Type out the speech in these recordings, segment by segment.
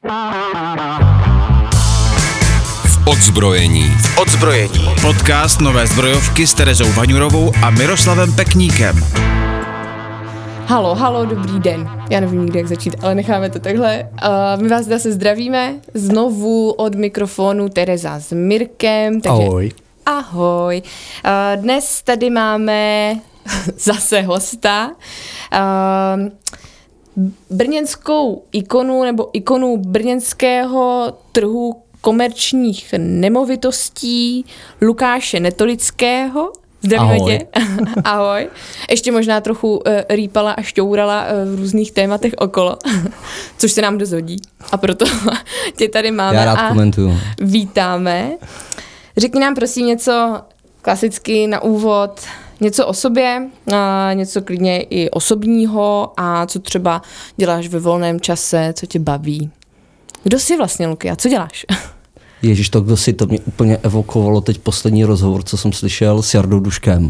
Odzbrojení. Podcast Nové zbrojovky s Terezou Vaňurovou a Miroslavem Pekníkem. Halo, dobrý den. Já nevím nikdy, jak začít, ale necháme to takhle. My vás zase zdravíme. Znovu od mikrofonu Tereza s Mirkem. Takže Ahoj. Ahoj. Dnes tady máme zase hosta. Brněnskou ikonu nebo ikonu brněnského trhu komerčních nemovitostí Lukáše Netolického. Zdravíme tě. Ahoj. Ještě možná trochu rýpala a šťourala v různých tématech okolo, což se nám dozhodí. A proto tě tady máme. Já rád komentuju. Vítáme. Řekni nám prosím něco klasicky na úvod, něco o sobě, něco klidně i osobního a co třeba děláš ve volném čase, co tě baví. Kdo jsi vlastně, Luky, a co děláš? Ježíš, to kdo si, to mě úplně evokovalo teď poslední rozhovor, co jsem slyšel s Jardou Duškem.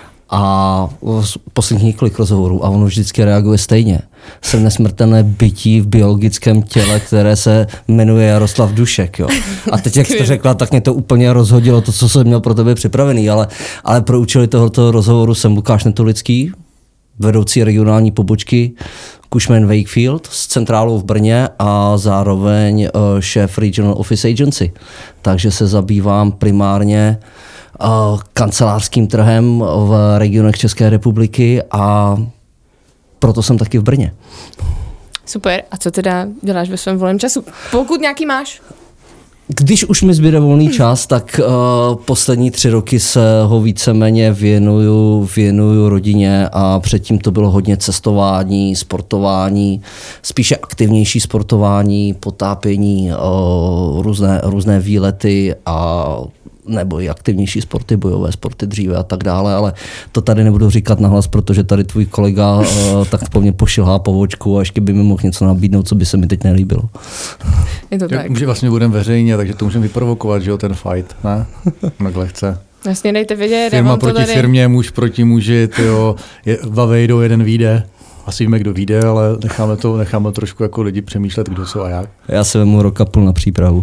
A posledních několik rozhovorů a ono vždycky reaguje stejně. Jsem nesmrtelné bytí v biologickém těle, které se jmenuje Jaroslav Dušek. Jo. A teď, jak jsi to řekla, tak mě to úplně rozhodilo to, co jsem měl pro tebe připravený, ale pro účely tohoto rozhovoru jsem Lukáš Netolický, vedoucí regionální pobočky Cushman Wakefield s centrálou v Brně a zároveň šéf Regional Office Agency. Takže se zabývám primárně kancelářským trhem v regionech České republiky a proto jsem taky v Brně. Super. A co teda děláš ve svém volném času? Pokud nějaký máš? Když už mi zbyde volný čas, tak poslední 3 roky se ho víceméně věnuju rodině a předtím to bylo hodně cestování, sportování, spíše aktivnější sportování, potápění, různé výlety a nebo i aktivnější sporty, bojové sporty dříve a tak dále, ale to tady nebudu říkat nahlas, protože tady tvůj kolega tak po mně pošilhá po vočku a ještě by mi mohl něco nabídnout, co by se mi teď nelíbilo. Je to tak. Může vlastně budeme veřejně, takže to můžeme vyprovokovat, že jo, ten fight, ne? Tak lehce. Vlastně dejte vědět. Firma proti firmě, muž proti muži, tyjo, 2 vejdou, 1 vyjde. Asi víme, kdo vyjde, ale necháme trošku jako lidi přemýšlet, kdo co a jak. Já se vemu 1,5 roku na přípravu.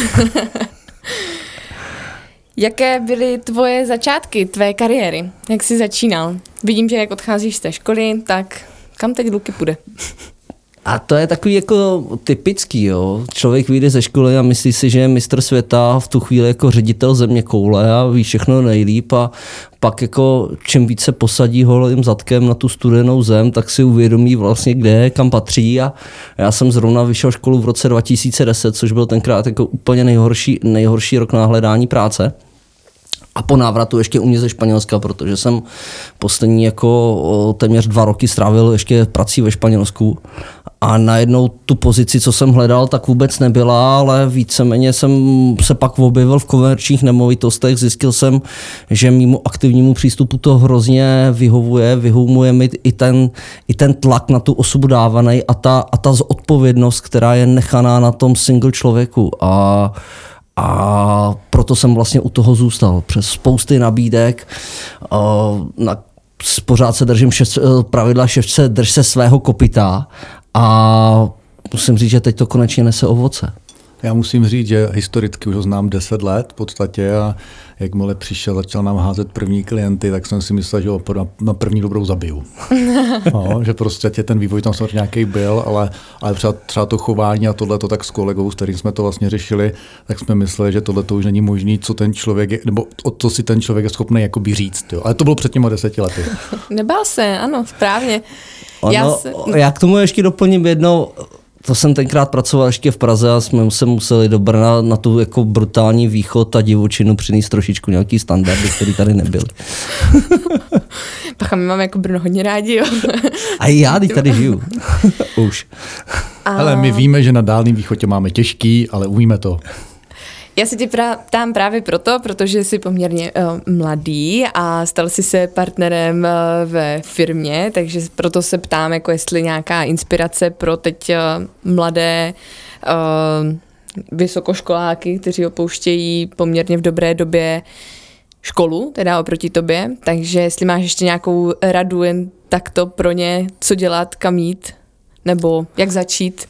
Jaké byly tvoje začátky, tvé kariéry? Jak jsi začínal? Vidím, že jak odcházíš z té školy, tak kam teď Luky půjde? A to je takový jako typický, jo. Člověk vyjde ze školy a myslí si, že je mistr světa v tu chvíli jako ředitel zeměkoule a ví všechno nejlíp a pak jako čím více posadí holým zadkem na tu studenou zem, tak si uvědomí vlastně, kde je, kam patří a já jsem zrovna vyšel školu v roce 2010, což byl tenkrát jako úplně nejhorší rok na hledání práce. A po návratu ještě u mě ze Španělska, protože jsem poslední jako téměř 2 roky strávil ještě prací ve Španělsku. A najednou tu pozici, co jsem hledal, tak vůbec nebyla, ale víceméně jsem se pak objevil v komerčních nemovitostech. Zjistil jsem, že mému aktivnímu přístupu to hrozně vyhovuje mi i ten tlak na tu osobu dávaný a ta zodpovědnost, která je nechaná na tom single člověku. A proto jsem vlastně u toho zůstal. Přes spousty nabídek, pořád se držím pravidla ševce, drž se svého kopyta a musím říct, že teď to konečně nese ovoce. Já musím říct, že historicky už ho znám 10 let v podstatě a jakmile přišel, začal nám házet první klienty, tak jsem si myslel, že ho na první dobrou zabiju. No, že prostě ten vývoj tam samozřejmě nějaký byl, ale třeba to chování a tohle to tak s kolegou, s kterým jsme to vlastně řešili, tak jsme mysleli, že tohle to už není možný, co ten člověk je, nebo co si ten člověk je schopný jakoby říct. Jo. Ale to bylo před těma 10 lety. Nebál se, ano, správně. Já k tomu ještě doplním jednou. To jsem tenkrát pracoval ještě v Praze a jsme se museli do Brna na tu jako brutální východ a divočinu přinést trošičku nějaký standardy, který tady nebyl. Pacha, my máme jako Brno hodně rádi, jo. A já teď tady žiju. Už. Ale my víme, že na Dálném východě máme těžký, ale umíme to. Já se tě ptám právě proto, protože jsi poměrně mladý a stal jsi se partnerem ve firmě, takže proto se ptám, jako jestli nějaká inspirace pro teď mladé vysokoškoláky, kteří opouštějí poměrně v dobré době školu, teda oproti tobě, takže jestli máš ještě nějakou radu jen takto pro ně, co dělat, kam jít, nebo jak začít?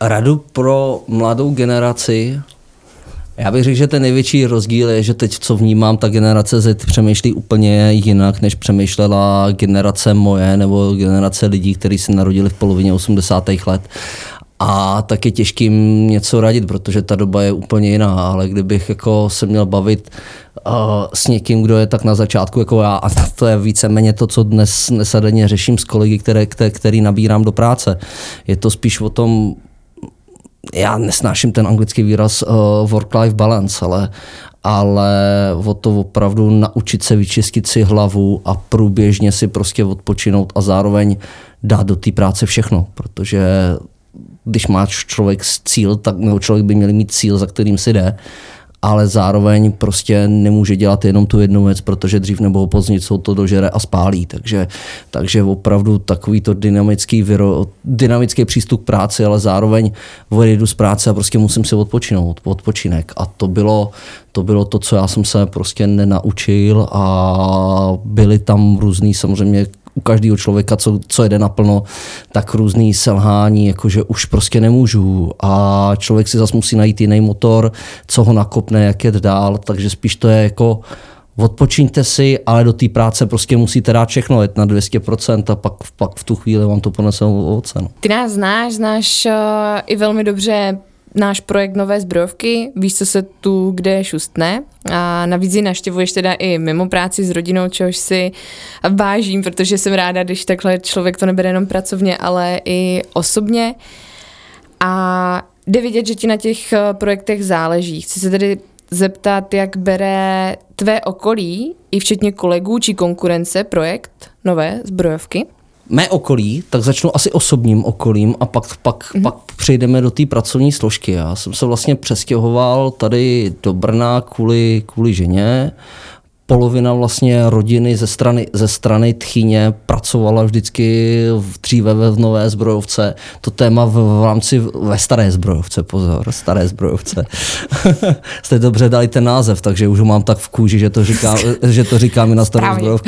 Radu pro mladou generaci. Já bych řekl, že ten největší rozdíl je, že teď, co vnímám, ta generace Z přemýšlí úplně jinak, než přemýšlela generace moje nebo generace lidí, kteří se narodili v polovině 80. let. A tak je těžký něco radit, protože ta doba je úplně jiná, ale kdybych jako se měl bavit s někým, kdo je tak na začátku jako já, a to je víceméně to, co dnes nesadenně řeším s kolegy, který nabírám do práce. Je to spíš o tom, já nesnáším ten anglický výraz work-life balance, ale o to opravdu naučit se vyčistit si hlavu a průběžně si prostě odpočinout a zároveň dát do té práce všechno, protože když máš člověk cíl, tak nebo člověk by měl mít cíl, za kterým si jde, ale zároveň prostě nemůže dělat jenom tu jednu věc, protože dřív nebo později to dožere a spálí. Takže opravdu takovýto dynamický přístup k práci, ale zároveň odjedu z práce a prostě musím si odpočinek. A to bylo to, co já jsem se prostě nenaučil a byly tam různý samozřejmě u každého člověka, co jede naplno, tak různý selhání, jakože už prostě nemůžu a člověk si zase musí najít jiný motor, co ho nakopne, jak jet dál, takže spíš to je jako odpočiňte si, ale do té práce prostě musíte dát všechno, jet na 200% a pak v tu chvíli vám to ponese ovoce. No. Ty nás znáš i velmi dobře náš projekt Nové zbrojovky, víš, co se tu kde šustne a navíc ji navštěvuješ teda i mimo práci s rodinou, čehož si vážím, protože jsem ráda, když takhle člověk to nebere jenom pracovně, ale i osobně a jde vidět, že ti na těch projektech záleží. Chci se tedy zeptat, jak bere tvé okolí, i včetně kolegů či konkurence, projekt Nové zbrojovky? Mé okolí, tak začnu asi osobním okolím a pak přejdeme do té pracovní složky. Já jsem se vlastně přestěhoval tady do Brna kvůli ženě. Polovina vlastně rodiny ze strany tchyně pracovala vždycky dříve v Nové zbrojovce. To téma ve Staré zbrojovce, pozor, Staré zbrojovce. Jste dobře dali ten název, takže už ho mám tak v kůži, že to říkám i na Staré zbrojovky.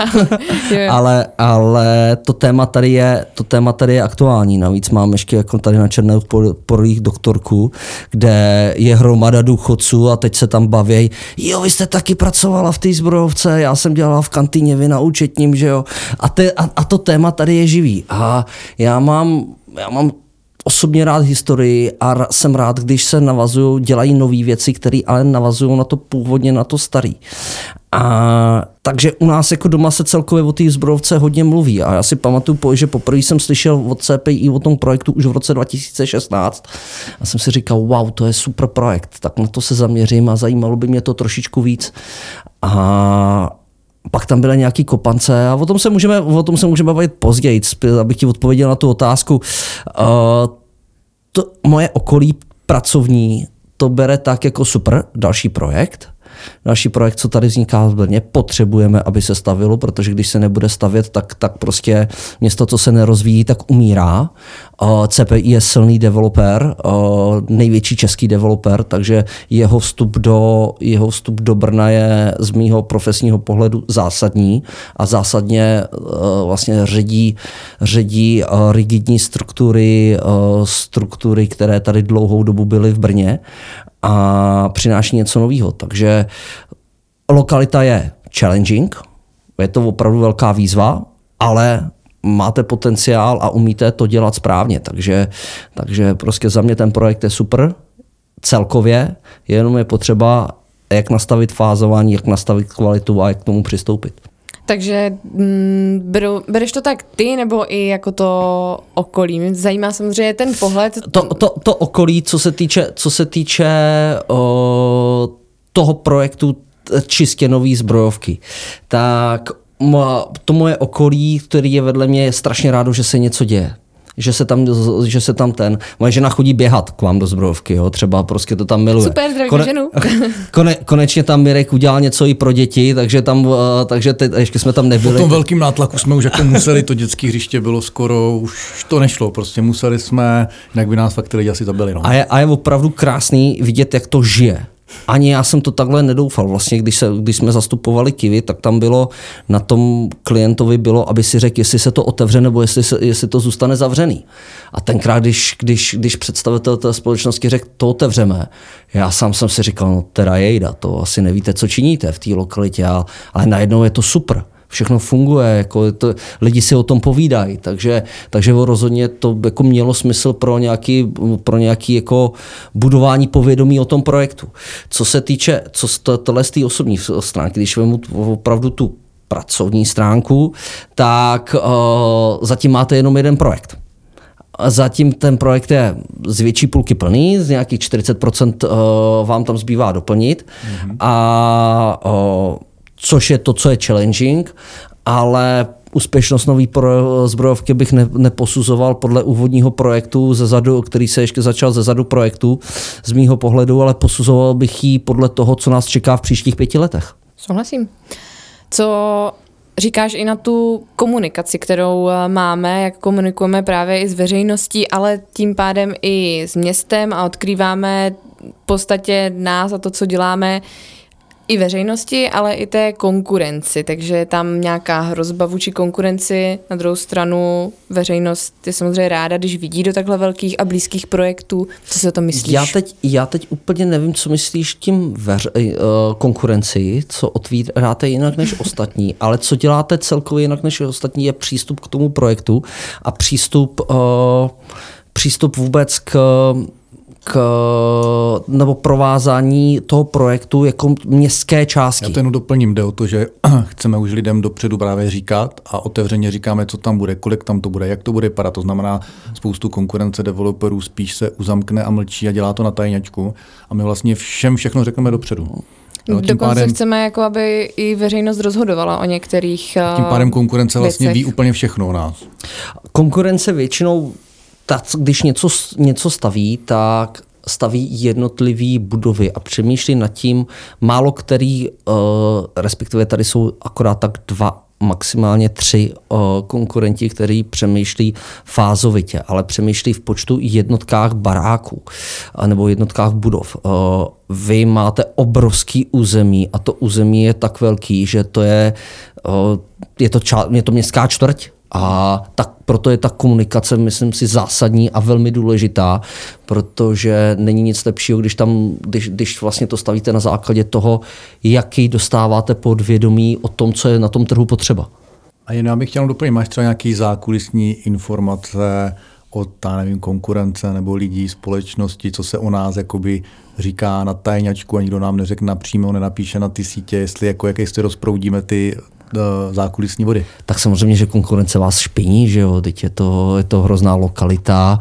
ale to téma tady je aktuální. Navíc mám ještě jako tady na Černých polích doktorku, kde je hromada důchodců a teď se tam baví. Jo, vy jste taky pracovala v té zbrojovce, já jsem dělala v kantýně, vy na účetním, že jo. A to téma tady je živý. A já mám osobně rád historii a jsem rád, když se dělají nové věci, které ale navazují na to původně, na to starý. A takže u nás jako doma se celkově o té zbrojovce hodně mluví a já si pamatuju, že poprvé jsem slyšel od CPI o tom projektu už v roce 2016 a jsem si říkal, wow, to je super projekt, tak na to se zaměřím a zajímalo by mě to trošičku víc. A pak tam byly nějaký kopance a o tom se můžeme bavit později, abych ti odpověděl na tu otázku. To moje okolí pracovní to bere tak jako super, další projekt, co tady vzniká v Brně, potřebujeme, aby se stavilo, protože když se nebude stavět, tak prostě město, co se nerozvíjí, tak umírá. CPI je silný developer, největší český developer, takže jeho vstup do Brna je z mýho profesního pohledu zásadní a zásadně vlastně ředí rigidní struktury, které tady dlouhou dobu byly v Brně a přináší něco nového. Takže lokalita je challenging, je to opravdu velká výzva, ale máte potenciál a umíte to dělat správně. Takže prostě za mě ten projekt je super celkově, jenom je potřeba, jak nastavit fázování, jak nastavit kvalitu a jak k tomu přistoupit. Takže bereš to tak ty, nebo i jako to okolí? Mě zajímá samozřejmě ten pohled. To okolí, co se týče toho projektu čistě nový zbrojovky, tak to moje okolí, který je vedle mě, je strašně rádo, že se něco děje. Že se tam moje žena chodí běhat k vám do zbrojovky, jo, třeba prostě to tam miluje. Super, zdravím ženu. Konečně tam Mirek udělal něco i pro děti, takže ještě jsme tam nebyli. Po tom velkým nátlaku jsme už jako museli, to dětské hřiště bylo skoro, už to nešlo, prostě museli jsme, jinak by nás fakt ty lidi asi zabili. No. A je opravdu krásný vidět, jak to žije. Ani já jsem to takhle nedoufal. Vlastně, když jsme zastupovali Kiwi, tak tam bylo, na tom klientovi bylo, aby si řekl, jestli se to otevře, nebo jestli to zůstane zavřený. A tenkrát, když představitel té společnosti řekl, to otevřeme, já sám jsem si říkal, no teda jejda, to asi nevíte, co činíte v té lokalitě, ale najednou je to super. Všechno funguje, jako lidi si o tom povídají, takže rozhodně to jako mělo smysl pro nějaký jako budování povědomí o tom projektu. Co se týče z té osobní stránky, když vezmu opravdu tu pracovní stránku, tak zatím máte jenom jeden projekt. Zatím ten projekt je z větší půlky plný, z nějakých 40% vám tam zbývá doplnit což je to, co je challenging, ale úspěšnost nový zbrojovky bych neposuzoval podle úvodního projektu zezadu, který se ještě začal zezadu projektu z mýho pohledu, ale posuzoval bych ji podle toho, co nás čeká v příštích 5 letech. Souhlasím. Co říkáš i na tu komunikaci, kterou máme, jak komunikujeme právě i s veřejností, ale tím pádem i s městem a odkrýváme v podstatě nás a to, co děláme, i veřejnosti, ale i té konkurenci, takže je tam nějaká hrozba vůči konkurenci. Na druhou stranu veřejnost je samozřejmě ráda, když vidí do takhle velkých a blízkých projektů. Co si o tom myslíš? Já teď úplně nevím, co myslíš tím konkurenci, co otvíráte jinak než ostatní, ale co děláte celkově jinak než ostatní, je přístup k tomu projektu a přístup vůbec nebo provázání toho projektu jako městské části. Já to jen doplním, jde o to, že chceme už lidem dopředu právě říkat a otevřeně říkáme, co tam bude, kolik tam to bude, jak to bude vypadat. To znamená, spoustu konkurence developerů spíš se uzamkne a mlčí a dělá to na tajňačku a my vlastně všechno řekneme dopředu. No, dokonce chceme, jako aby i veřejnost rozhodovala o některých tím pádem konkurence vlastně věcech. ví úplně všechno o nás. Konkurence většinou když něco staví, tak staví jednotlivé budovy a přemýšlí nad tím, málo který, respektive tady jsou akorát tak 2, maximálně 3 konkurenti, který přemýšlí fázovitě, ale přemýšlí v počtu jednotkách baráků nebo jednotkách budov. Vy máte obrovský území a to území je tak velký, že je to městská čtvrť. A tak proto je ta komunikace, myslím si, zásadní a velmi důležitá, protože není nic lepšího, když vlastně to stavíte na základě toho, jaký dostáváte podvědomí o tom, co je na tom trhu potřeba. A jen já bych chtěl doplnit, máš třeba nějaký zákulisní informace od konkurence nebo lidí, společnosti, co se o nás jakoby říká na tajňačku a nikdo nám neřekne napřímo, nenapíše na ty sítě, jestli rozproudíme ty zákulisní vody. Tak samozřejmě, že konkurence vás špiní, že jo, teď je to hrozná lokalita,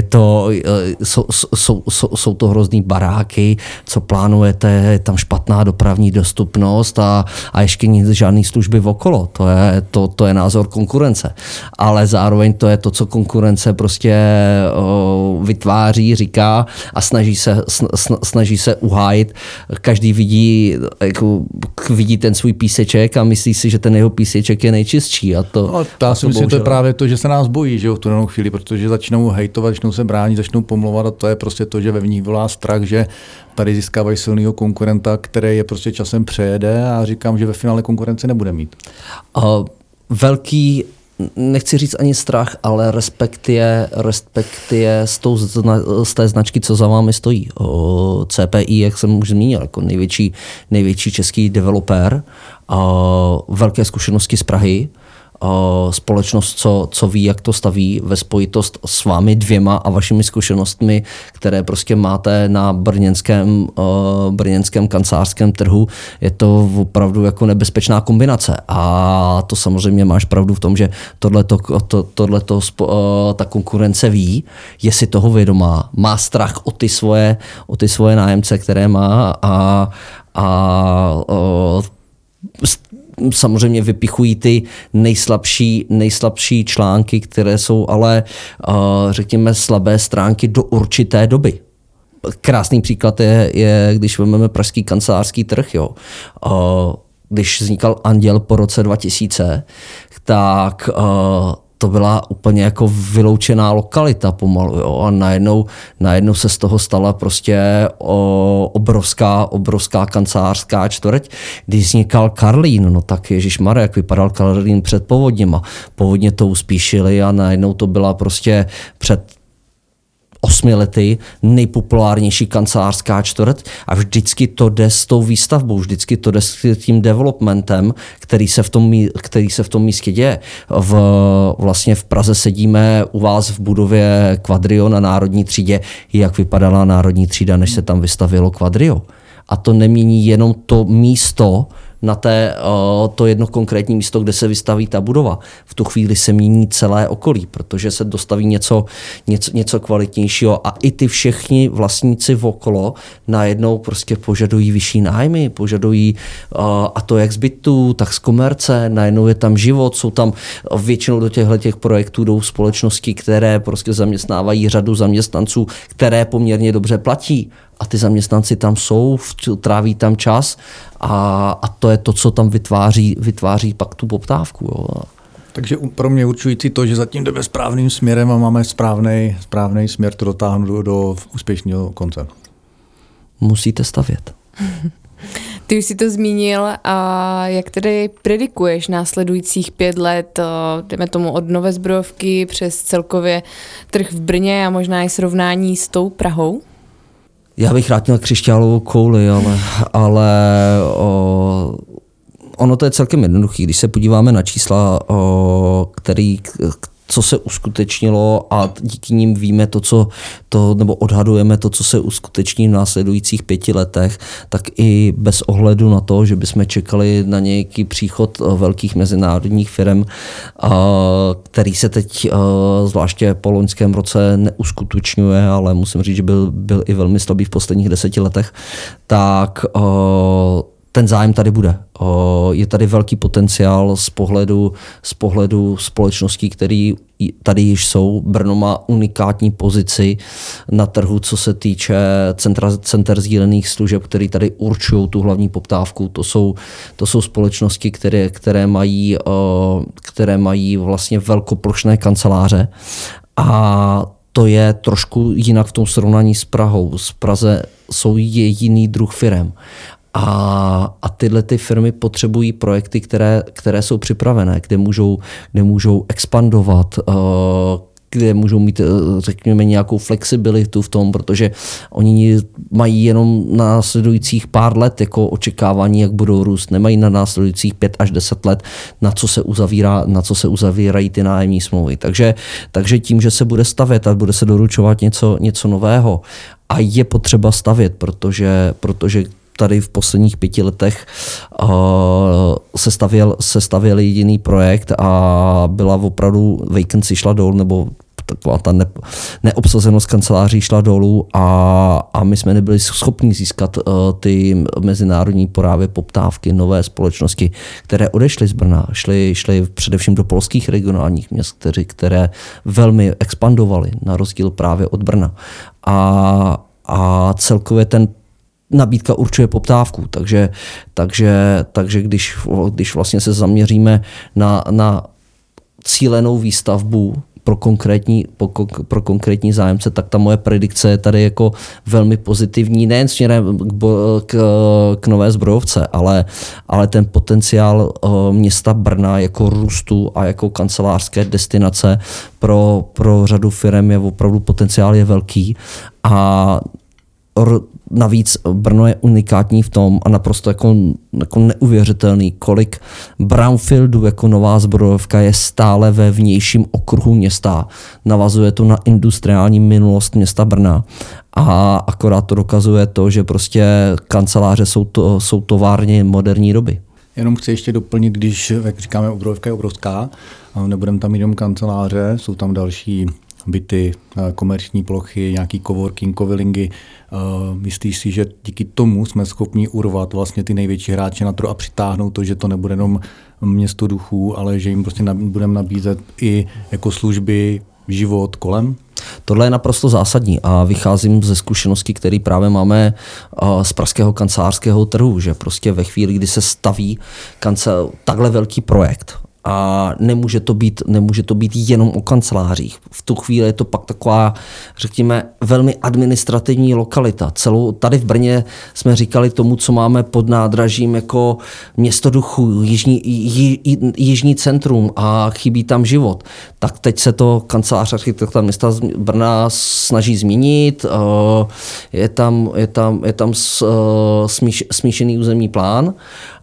jsou to hrozný baráky, co plánujete, je tam špatná dopravní dostupnost a ještě nic, žádný služby okolo, to je názor konkurence. Ale zároveň to je to, co konkurence prostě vytváří, říká a snaží se uhájit. Každý vidí ten svůj píseček a myslí si, že ten jeho píseček je nejčistší. Já si myslím, že to je právě to, že se nás bojí, že v tu danou chvíli, protože začnou hejtovat, začnou se bránit, začnou pomlouvat a to je prostě to, že ve nich volá strach, že tady získávají silného konkurenta, který je prostě časem přejede a říkám, že ve finále konkurence nebude mít. Velký, nechci říct ani strach, ale respekt je z té značky, co za vámi stojí. CPI, jak jsem už zmínil, jako největší český developer, velké zkušenosti z Prahy, společnost, co ví, jak to staví ve spojitost s vámi 2 a vašimi zkušenostmi, které prostě máte na brněnském kancelářském trhu, je to opravdu jako nebezpečná kombinace. A to samozřejmě máš pravdu v tom, že ta konkurence ví, je si toho vědomá, má strach o ty svoje nájemce, které má samozřejmě vypichují ty nejslabší články, které jsou ale, řekněme, slabé stránky do určité doby. Krásný příklad je když vezmeme pražský kancelářský trh. Jo. Když vznikal Anděl po roce 2000, tak to byla úplně jako vyloučená lokalita pomalu, jo? A najednou se z toho stala prostě obrovská kancelářská čtvrť. Když vznikal Karlín, no tak ježišmarja, jak vypadal Karlín před povodněma. Povodně to uspíšily a najednou to byla prostě před 8 lety nejpopulárnější kancelářská čtvrť a vždycky to jde s tou výstavbou, vždycky to jde s tím developmentem, který se v tom místě děje. Vlastně v Praze sedíme u vás v budově Quadrio na Národní třídě, jak vypadala Národní třída, než se tam vystavilo Quadrio. A to nemění jenom to místo, na to jedno konkrétní místo, kde se vystaví ta budova. V tu chvíli se mění celé okolí, protože se dostaví něco kvalitnějšího a i ty všichni vlastníci okolo najednou prostě požadují vyšší nájmy, požadují a to jak z bytů, tak z komerce, najednou je tam život, jsou tam většinou do těch projektů jdou společnosti, které prostě zaměstnávají řadu zaměstnanců, které poměrně dobře platí. A ty zaměstnanci tam jsou, tráví tam čas a to je to, co tam vytváří pak tu poptávku. Jo. Takže pro mě určující to, že zatím jdeme správným směrem a máme správný směr to dotáhnout do úspěšného konce. Musíte stavět. Ty už si to zmínil, a jak tedy predikuješ následujících 5 let, jdeme tomu od Nové Zbrojovky přes celkově trh v Brně a možná i srovnání s tou Prahou? Já bych rád měl křišťálovou kouli, ale ono to je celkem jednoduché. Když se podíváme na čísla, co se uskutečnilo a díky nim víme nebo odhadujeme to, co se uskuteční v následujících 5 letech, tak i bez ohledu na to, že bychom čekali na nějaký příchod velkých mezinárodních firm, který se teď zvláště po loňském roce neuskutečňuje, ale musím říct, že byl i velmi slabý v posledních 10 letech, tak ten zájem tady bude. Je tady velký potenciál z pohledu společností, které tady již jsou. Brno má unikátní pozici na trhu, co se týče center sdílených služeb, které tady určují tu hlavní poptávku. To jsou společnosti, které mají vlastně velkoplošné kanceláře a to je trošku jinak v tom srovnání s Prahou. Z Praze jsou jiný druh firem. A tyhle ty firmy potřebují projekty, které jsou připravené, kde můžou expandovat, kde můžou mít, řekněme, nějakou flexibilitu v tom, protože oni mají jenom na následujících pár let jako očekávání, jak budou růst. Nemají na následujících 5 až 10 let, na co se uzavírají ty nájemní smlouvy. Takže tím, že se bude stavět a bude se doručovat něco nového a je potřeba stavět, protože tady v posledních 5 letech se stavěl jediný projekt a byla opravdu vacancy šla dolů, nebo taková ta neobsazenost kanceláří šla dolů a my jsme nebyli schopni získat ty mezinárodní právě poptávky, nové společnosti, které odešly z Brna, šly především do polských regionálních měst, které velmi expandovaly na rozdíl právě od Brna. A celkově ten nabídka určuje poptávku, takže když vlastně se zaměříme na cílenou výstavbu pro konkrétní zájemce, tak ta moje predikce je tady jako velmi pozitivní, nejen směrem k Nové Zbrojovce, ale ten potenciál města Brna jako růstu a jako kancelářské destinace pro řadu firem je opravdu potenciál je velký a navíc Brno je unikátní v tom a naprosto jako neuvěřitelný, kolik brownfieldů jako Nová Zbrojovka je stále ve vnějším okruhu města. Navazuje to na industriální minulost města Brna a akorát to dokazuje to, že prostě kanceláře jsou továrny moderní doby. Jenom chci ještě doplnit, když, jak říkáme, Zbrojovka je obrovská, nebudeme tam jenom kanceláře, jsou tam další byty, komerční plochy, nějaký coworking, covillingy. Myslíš si, že díky tomu jsme schopni urvat vlastně ty největší hráče na trhu a přitáhnout to, že to nebude jenom město duchů, ale že jim prostě budeme nabízet i jako služby, život kolem? Tohle je naprosto zásadní a vycházím ze zkušeností, které právě máme z pražského kancelářského trhu, že prostě ve chvíli, kdy se staví takhle velký projekt A nemůže to být jenom o kancelářích. V tu chvíli je to pak taková, řekněme, velmi administrativní lokalita. Celou tady v Brně jsme říkali tomu, co máme pod nádražím jako město duchu, jižní centrum a chybí tam život. Tak teď se to kancelář architekta města Brna snaží změnit. Je tam smíšený územní plán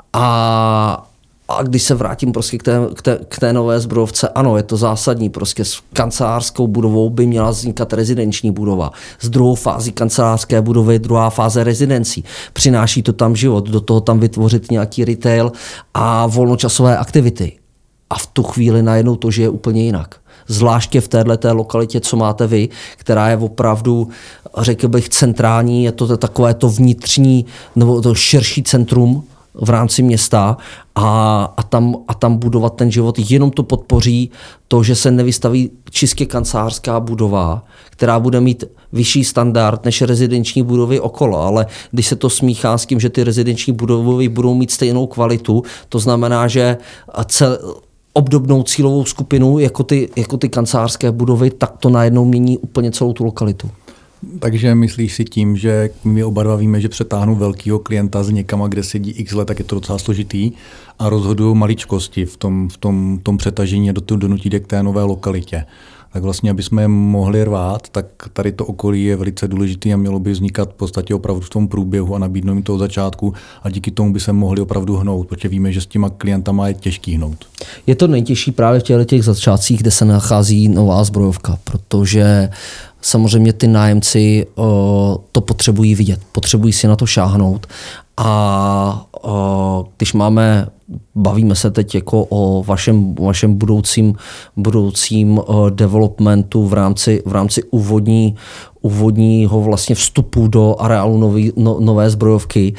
a když se vrátím prostě k té nové Zbrojovce, ano, je to zásadní. Prostě s kancelářskou budovou by měla vznikat rezidenční budova. S druhou fází kancelářské budovy je druhá fáze rezidencí. Přináší to tam život, do toho tam vytvořit nějaký retail a volnočasové aktivity. A v tu chvíli najednou to žije úplně jinak. Zvláště v této lokalitě, co máte vy, která je opravdu, řekl bych, centrální, je to takové to vnitřní nebo to širší centrum v rámci města a tam budovat ten život. Jenom to podpoří to, že se nevystaví čistě kancelářská budova, která bude mít vyšší standard než rezidenční budovy okolo, ale když se to smíchá s tím, že ty rezidenční budovy budou mít stejnou kvalitu, to znamená, že obdobnou cílovou skupinu jako ty kancelářské budovy, tak to najednou mění úplně celou tu lokalitu. Takže myslíš si tím, že my oba dva víme, že přetáhnu velkého klienta z někama, kde sedí x let, tak je to docela složitý a rozhodují maličkosti v tom přetažení a donutí k té nové lokalitě. Tak vlastně, aby jsme je mohli rvát, tak tady to okolí je velice důležité a mělo by vznikat v podstatě opravdu v tom průběhu a nabídnout jim toho začátku a díky tomu by se mohli opravdu hnout, protože víme, že s těma klientama je těžký hnout. Je to nejtěžší právě v těch začátcích, kde se nachází nová Zbrojovka, protože samozřejmě ty nájemci to potřebují vidět, potřebují si na to šáhnout a když bavíme se teď jako o vašem budoucím developmentu v rámci úvodního vlastně vstupu do areálu nové Zbrojovky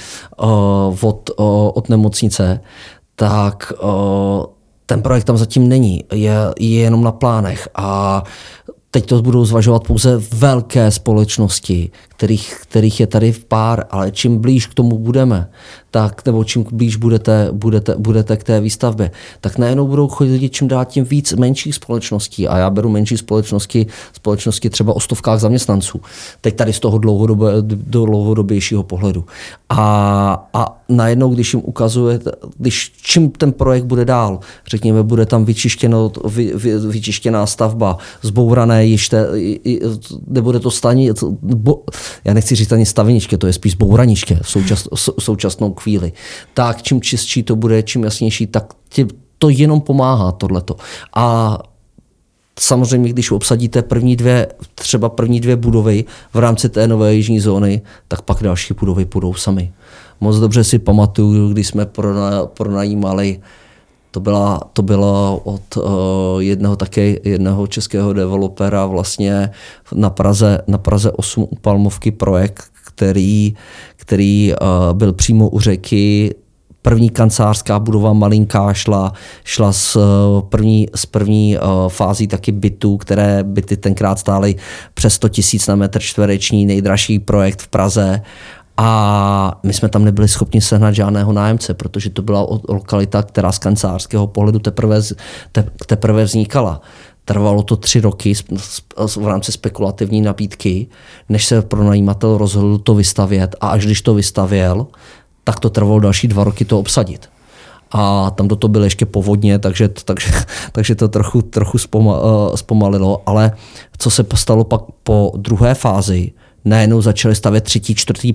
od nemocnice, tak ten projekt tam zatím není, je jenom na plánech a teď to budou zvažovat pouze velké společnosti, kterých je tady v pár, ale čím blíž k tomu budeme, tak, nebo čím blíž budete k té výstavbě, tak najednou budou chodit čím dál tím víc menších společností. A já beru menší společnosti třeba o stovkách zaměstnanců. Teď tady z toho dlouhodobějšího pohledu. A najednou, když jim ukazujete, čím ten projekt bude dál, řekněme, bude tam vyčištěná stavba, zbourané nebude to já nechci říct ani staveničky, to je spíš zbouraničky v současnou chvíli. Tak čím čistší to bude, čím jasnější, tak to jenom pomáhá tohleto. A samozřejmě, když obsadíte třeba první dvě budovy v rámci té nové jižní zóny, tak pak další budovy půjdou sami. Moc dobře si pamatuju, když jsme pronajímali, to bylo od jednoho českého developera vlastně na Praze 8 u Palmovky projekt, který byl přímo u řeky. První kancelářská budova malinká šla z první fází taky bytů, které byty tenkrát stály přes 100 000 na metr čtvereční, nejdražší projekt v Praze. A my jsme tam nebyli schopni sehnat žádného nájemce, protože to byla lokalita, která z kancelářského pohledu teprve vznikala. Trvalo to 3 roky v rámci spekulativní nabídky, než se pronajímatel rozhodl to vystavět a až když to vystavěl, tak to trvalo další 2 roky to obsadit. A tam do toho byly ještě povodně, takže to trochu zpomalilo, ale co se stalo pak po druhé fázi, najednou začali stavět 3., 4.,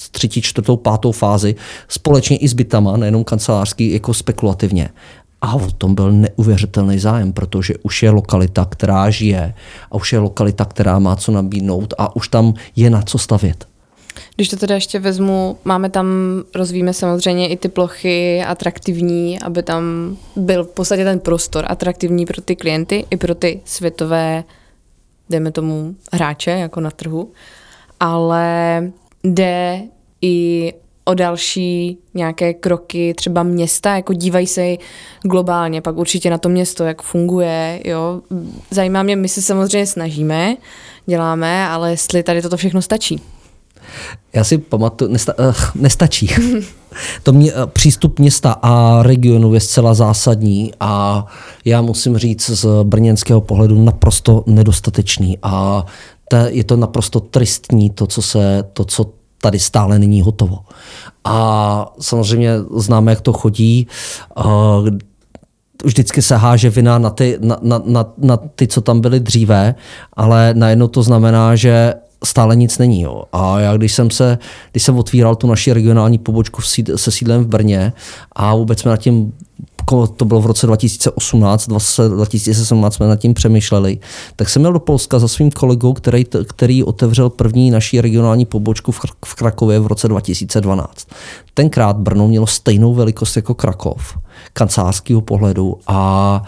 5. fázi společně i s bytama, nejenom kancelářský, jako spekulativně. A o tom byl neuvěřitelný zájem, protože už je lokalita, která žije a už je lokalita, která má co nabídnout a už tam je na co stavět. Když to teda ještě vezmu, rozvíjíme samozřejmě i ty plochy atraktivní, aby tam byl v podstatě ten prostor atraktivní pro ty klienty i pro ty světové, dejme tomu, hráče jako na trhu, ale jde i o další nějaké kroky třeba města, jako dívají se globálně, pak určitě na to město, jak funguje, jo. Zajímá mě, my se samozřejmě snažíme, děláme, ale jestli tady toto všechno stačí. Já si pamatuju, nestačí. Přístup města a regionu je zcela zásadní a já musím říct z brněnského pohledu naprosto nedostatečný a je to naprosto tristní, to, co tady stále není hotovo. A samozřejmě známe, jak to chodí. Vždycky se háže vina na ty, co tam byli dříve, ale najednou to znamená, že stále nic není. Jo. A já, když jsem otvíral tu naši regionální pobočku se sídlem v Brně a vůbec jsme nad tím, to bylo v roce 2018, 2017 jsme nad tím přemýšleli, tak jsem měl do Polska za svým kolegou, který otevřel první naší regionální pobočku v Krakově v roce 2012. Tenkrát Brno mělo stejnou velikost jako Krakov, kancelářského pohledu a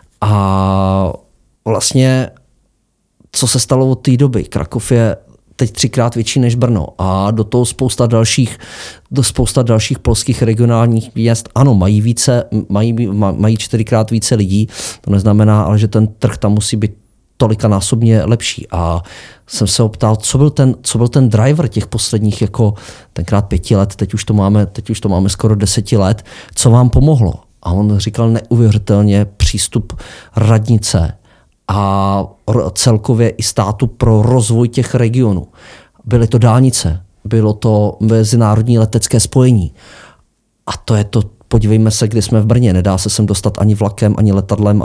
vlastně co se stalo od té doby. Krakov je teď 3krát větší než Brno a do toho spousta dalších polských regionálních měst, ano, mají 4krát více lidí, to neznamená, ale že ten trh tam musí být tolikanásobně lepší. A jsem se optal, co byl ten driver těch posledních jako tenkrát 5 let, teď už to máme skoro 10 let, co vám pomohlo? A on říkal neuvěřitelně přístup radnice a celkově i státu pro rozvoj těch regionů. Byly to dálnice, bylo to mezinárodní letecké spojení. A to je to, podívejme se, kde jsme v Brně. Nedá se sem dostat ani vlakem, ani letadlem,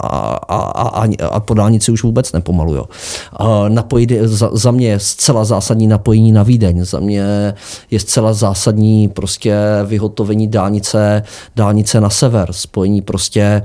a po dálnici už vůbec nepomalu. Za mě je zcela zásadní napojení na Vídeň. Za mě je zcela zásadní prostě vyhotovení dálnice na sever. Spojení prostě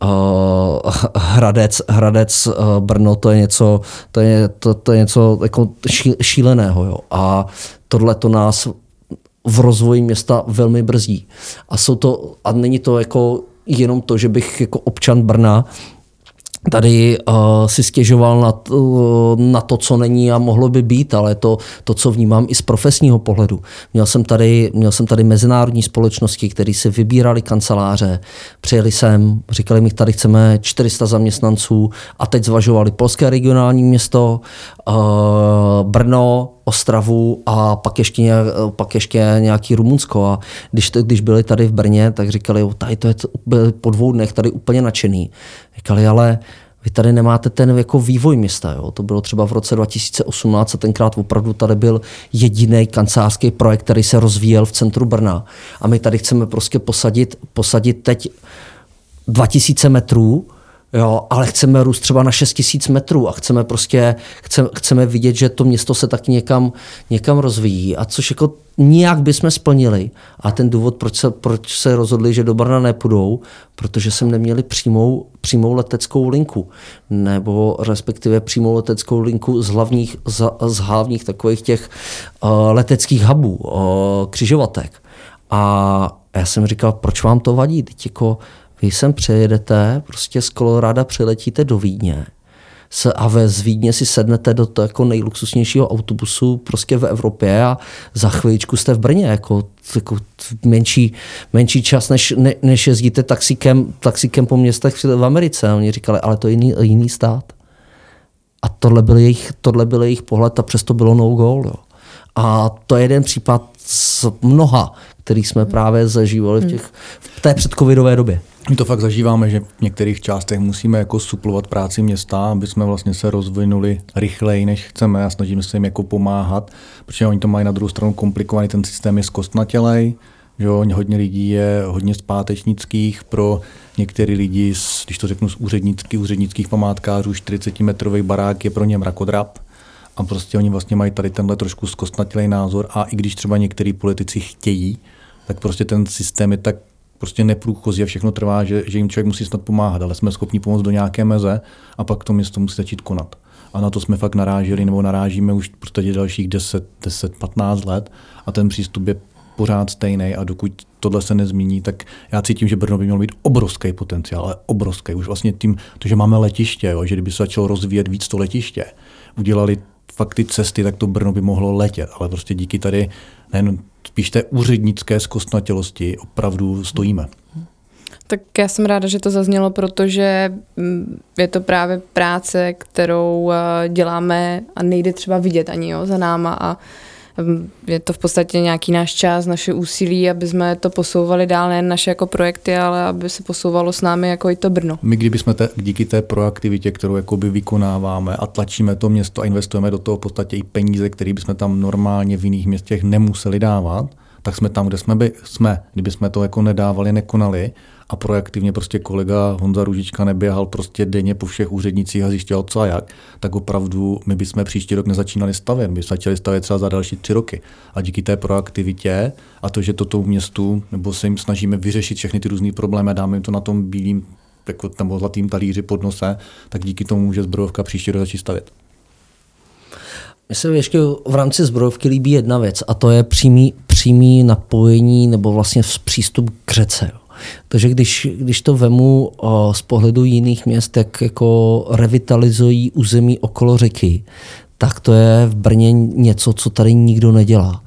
Hradec, Brno, to je něco jako šíleného. Jo. A tohle to nás v rozvoji města velmi brzdí. A není to jako jenom to, že bych jako občan Brna tady si stěžoval na to, co není a mohlo by být, ale to, co vnímám i z profesního pohledu. Měl jsem tady mezinárodní společnosti, které si vybírali kanceláře, přijeli sem, říkali mi, tady chceme 400 zaměstnanců a teď zvažovali polské regionální město, Brno, Ostravu a pak ještě nějaký Rumunsko. A když byli tady v Brně, tak říkali, tady to je po 2 dnech tady úplně nadšený. Říkali, ale vy tady nemáte ten jako vývoj města. Jo? To bylo třeba v roce 2018 a tenkrát opravdu tady byl jediný kancelářský projekt, který se rozvíjel v centru Brna. A my tady chceme prostě posadit teď 2000 metrů, jo, ale chceme růst třeba na 6000 metrů a chceme vidět, že to město se tak někam rozvíjí, a což jako nijak bychom splnili. A ten důvod, proč se rozhodli, že do Brna nepůjdou, protože jsem neměli přímou leteckou linku, nebo respektive přímou leteckou linku z hlavních takových těch leteckých hubů, křižovatek. A já jsem říkal, proč vám to vadí? Teď jako vy sem přejedete, prostě z Koloráda přiletíte do Vídně a z Vídně si sednete do toho jako nejluxusnějšího autobusu prostě v Evropě a za chviličku jste v Brně, jako menší čas, než jezdíte taxíkem po městech v Americe. A oni říkali, ale to je jiný stát. A tohle byl jejich pohled a přesto bylo no goal. Jo. A to je jeden případ z mnoha, který jsme právě zažívali v té předcovidové době. My to fakt zažíváme, že v některých částech musíme jako suplovat práci města, aby jsme vlastně se rozvinuli rychleji, než chceme, a snažíme se jim jako pomáhat, protože oni to mají na druhou stranu komplikovaný, ten systém je zkostnatělej, že hodně lidí je hodně zpátečnických, pro některé lidi, když to řeknu z úřednických památkářů, 40-metrový barák je pro ně mrakodrap. A prostě oni vlastně mají tady tenhle trošku zkostnatělej názor, a i když třeba některý politici chtějí, tak prostě ten systém je tak prostě neprůchozí a všechno trvá, že jim člověk musí snad pomáhat, ale jsme schopni pomoct do nějaké meze a pak to město musí začít konat. A na to jsme fakt naráželi nebo narážíme už prostě dalších 10-15 let a ten přístup je pořád stejný, a dokud tohle se nezmění, tak já cítím, že Brno by mělo být obrovský potenciál, ale obrovský. Už vlastně tím, že máme letiště, jo, že kdyby se začalo rozvíjet víc to letiště, udělali fakt ty cesty, tak to Brno by mohlo letět, ale prostě díky tady nejen spíš té úřednické zkostnatělosti opravdu stojíme. Tak já jsem ráda, že to zaznělo, protože je to právě práce, kterou děláme a nejde třeba vidět ani za náma, a Je to v podstatě nějaký náš čas, naše úsilí, aby jsme to posouvali dál, nejen naše jako projekty, ale aby se posouvalo s námi jako i to Brno. My kdybychom díky té proaktivitě, kterou jakoby vykonáváme a tlačíme to město a investujeme do toho v podstatě i peníze, které bychom tam normálně v jiných městech nemuseli dávat, tak jsme tam, kde jsme. Kdyby jsme to jako nedávali, nekonali a proaktivně prostě kolega Honza Růžička neběhal prostě denně po všech úřednicích a zjišťoval co a jak, tak opravdu my bychom příští rok nezačínali stavět. My začali stavět třeba za další 3 roky. A díky té proaktivitě a to, že to tou městu, nebo se jim snažíme vyřešit všechny ty různý problémy a dáme jim to na tom bílým jako tam zlatým talíři pod nose, tak díky tomu může Zbrojovka příští rok začít stavět. Mně se ještě v rámci Zbrojovky líbí jedna věc a to je přímý napojení nebo vlastně přístup k řece. Takže když to vemu z pohledu jiných měst, jak jako revitalizují území okolo řeky, tak to je v Brně něco, co tady nikdo nedělá.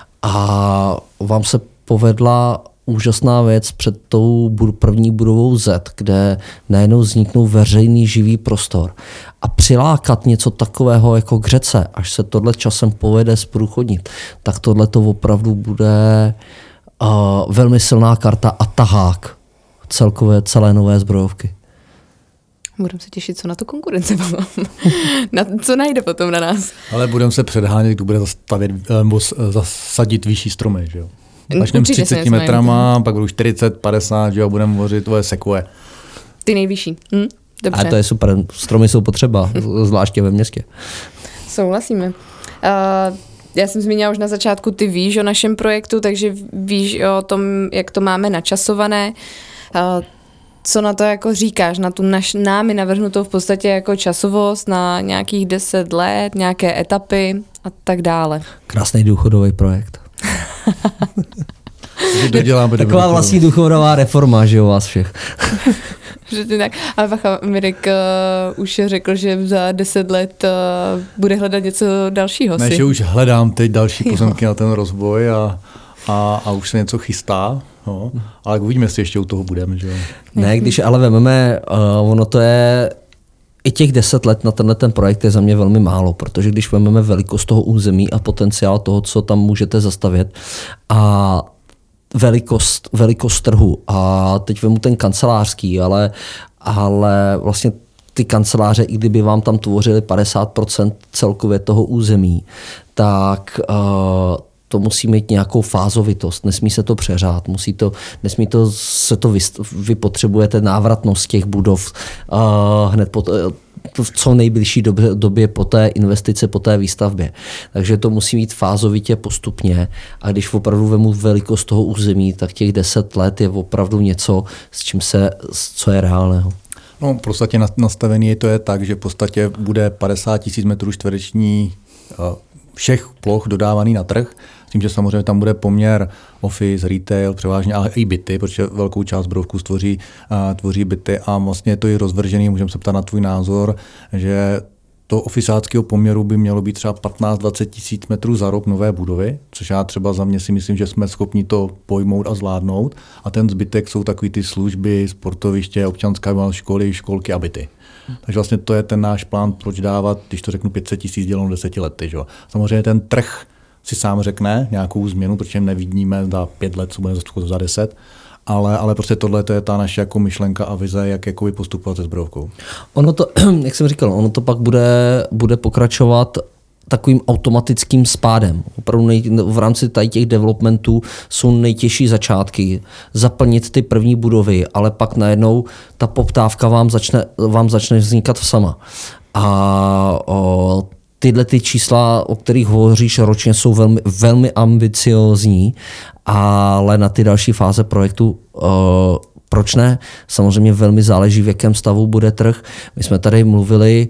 A vám se povedla úžasná věc před tou první budovou Z, kde najednou vzniknou veřejný živý prostor. A přilákat něco takového jako k řece, až se tohle časem povede zprůchodnit, tak tohle to opravdu bude velmi silná karta a tahák celé nové Zbrojovky. Budeme se těšit, co na to konkurence co najde potom na nás. Ale budeme se předhánět, kdo bude zasadit vyšší stromy, že jo? Začneme s 30 metrama, pak budou 40, 50, že jo, budeme hovořit tvoje sekuje. Ty nejvyšší. Dobře. A to je super, stromy jsou potřeba, zvláště ve městě. Souhlasíme. Já jsem zmínila už na začátku, ty víš o našem projektu, takže víš o tom, jak to máme načasované. Co na to jako říkáš, na tu námi navrhnutou v podstatě jako časovost na nějakých 10 let, nějaké etapy a tak dále. Krásný důchodový projekt. Taková vlastní důchodová reforma, že jo, vás všech. Tak. Ale bacha, Mirek už řekl, že za 10 let bude hledat něco dalšího. Ne, že už hledám teď další pozemky na ten rozvoj a už se něco chystá, no. Ale uvidíme, jestli ještě u toho budeme. Že? Ne, když ale vememe, ono to je i těch 10 let na ten projekt je za mě velmi málo, protože když vezmeme velikost toho území a potenciál toho, co tam můžete zastavět a velikost trhu a teď vemu ten kancelářský, ale vlastně ty kanceláře, i kdyby vám tam tvořili 50% celkově toho území, tak to musí mít nějakou fázovitost, nesmí se to přeřát, vy potřebujete návratnost těch budov hned v co nejbližší době po té investice, po té výstavbě. Takže to musí být fázovitě postupně a když opravdu vemu velikost toho území, tak těch 10 let je opravdu něco, co je reálného. No, v podstatě nastavený to je tak, že v podstatě bude 50 000 metrů čtvereční všech ploch dodávaný na trh, s tím, že samozřejmě tam bude poměr office, retail, převážně, ale i byty, protože velkou část Zbrojovku tvoří byty a vlastně je to i rozvržený, můžeme se ptát na tvůj názor, že to ofisáckého poměru by mělo být třeba 15-20 tisíc metrů za rok nové budovy, což já třeba za mě si myslím, že jsme schopni to pojmout a zvládnout a ten zbytek jsou takový ty služby, sportoviště, občanská školy, školky a byty. Takže vlastně to je ten náš plán, proč dávat, když to řeknu 500 000 děleno 10 lety. Že? Samozřejmě ten trh si sám řekne nějakou změnu, protože nevidíme za 5 let, co bude za 10, ale prostě tohle je ta naše jako myšlenka a vize, jak jakoby postupovat se Zbrojovkou. Ono to, jak jsem říkal, ono to pak bude pokračovat takovým automatickým spádem. Opravdu v rámci tady těch developmentů jsou nejtěžší začátky. Zaplnit ty první budovy, ale pak najednou ta poptávka vám začne vznikat sama. A tyhle ty čísla, o kterých hovoříš ročně, jsou velmi, velmi ambiciózní, ale na ty další fáze projektu proč ne? Samozřejmě velmi záleží, v jakém stavu bude trh. My jsme tady mluvili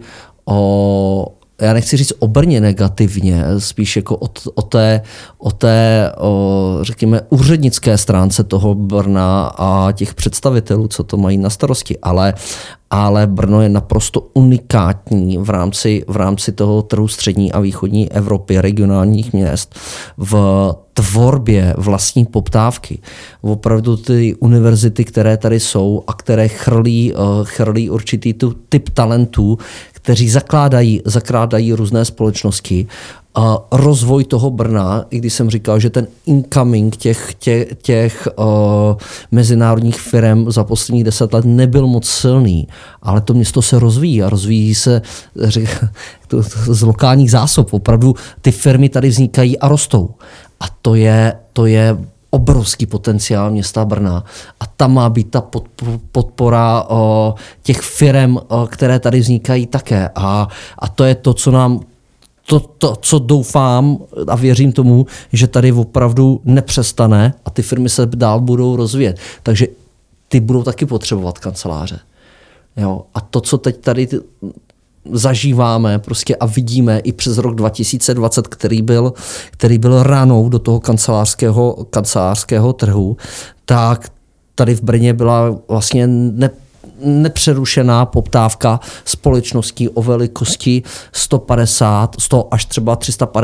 já nechci říct o Brně negativně, spíš jako o té řekněme, úřednické stránce toho Brna a těch představitelů, co to mají na starosti, ale Brno je naprosto unikátní v rámci toho trhu střední a východní Evropy, regionálních měst, v tvorbě vlastní poptávky. Opravdu ty univerzity, které tady jsou a které chrlí určitý typ talentů, kteří zakládají různé společnosti. Rozvoj toho Brna, i když jsem říkal, že ten incoming těch mezinárodních firm za posledních 10 let nebyl moc silný, ale to město se rozvíjí a rozvíjí se z lokálních zásob. Opravdu ty firmy tady vznikají a rostou. A to je obrovský potenciál města Brna a tam má být ta podpora těch firm, které tady vznikají také. A to je to, co nám co doufám a věřím tomu, že tady opravdu nepřestane a ty firmy se dál budou rozvíjet. Takže ty budou taky potřebovat kanceláře. Jo? A to, co teď tady zažíváme prostě a vidíme i přes rok 2020, který byl ranou do toho kancelářského trhu, tak tady v Brně byla vlastně nepřerušená poptávka společností o velikosti 100 až třeba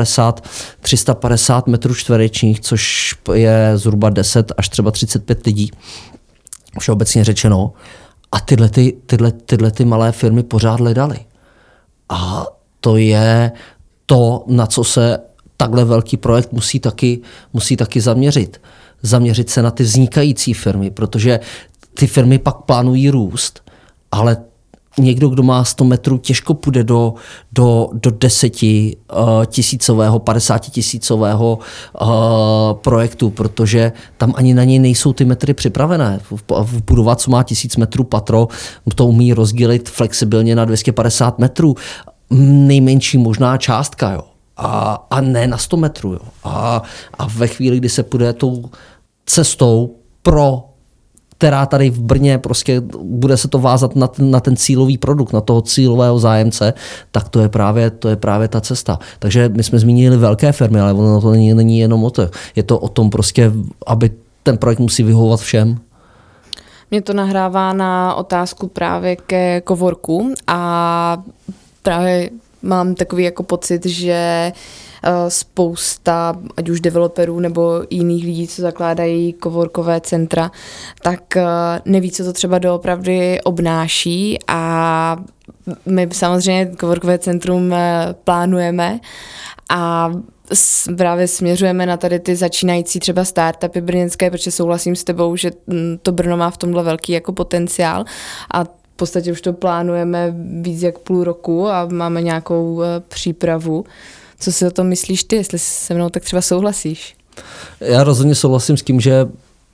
350 metrů čtverečních, což je zhruba 10 až třeba 35 lidí, všeobecně řečeno. A tyhle malé firmy pořád hledaly. A to je to, na co se takhle velký projekt musí taky zaměřit. Zaměřit se na ty vznikající firmy, protože ty firmy pak plánují růst, ale někdo, kdo má 100 metrů, těžko půjde do 10 tisícového, 50 tisícového projektu, protože tam ani na něj nejsou ty metry připravené. V budova, co má 1000 metrů patro, to umí rozdělit flexibilně na 250 metrů. Nejmenší možná částka, jo. A ne na 100 metrů. Jo. A ve chvíli, kdy se půjde tou cestou která tady v Brně prostě bude se to vázat na ten cílový produkt, na toho cílového zájemce, tak to je právě ta cesta. Takže my jsme zmínili velké firmy, ale ono to není jenom o to. Je to o tom prostě, aby ten projekt musí vyhovovat všem. Mě to nahrává na otázku právě ke coworku a právě mám takový jako pocit, že spousta, ať už developerů nebo jiných lidí, co zakládají coworkové centra, tak neví, co to třeba doopravdy obnáší a my samozřejmě coworkové centrum plánujeme a právě směřujeme na tady ty začínající třeba startupy brněnské, protože souhlasím s tebou, že to Brno má v tomhle velký jako potenciál a v podstatě už to plánujeme víc jak půl roku a máme nějakou přípravu. Co si o tom myslíš ty, jestli se mnou tak třeba souhlasíš? Já rozhodně souhlasím s tím, že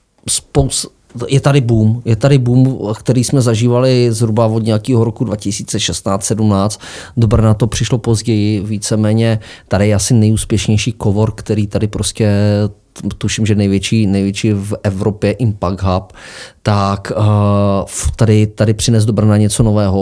je tady boom, který jsme zažívali zhruba od nějakého roku 2016-17. Do Brna to přišlo později, víceméně tady je asi nejúspěšnější cowork, který tady prostě tuším, že největší v Evropě Impact Hub, tak tady přines do Brna něco nového,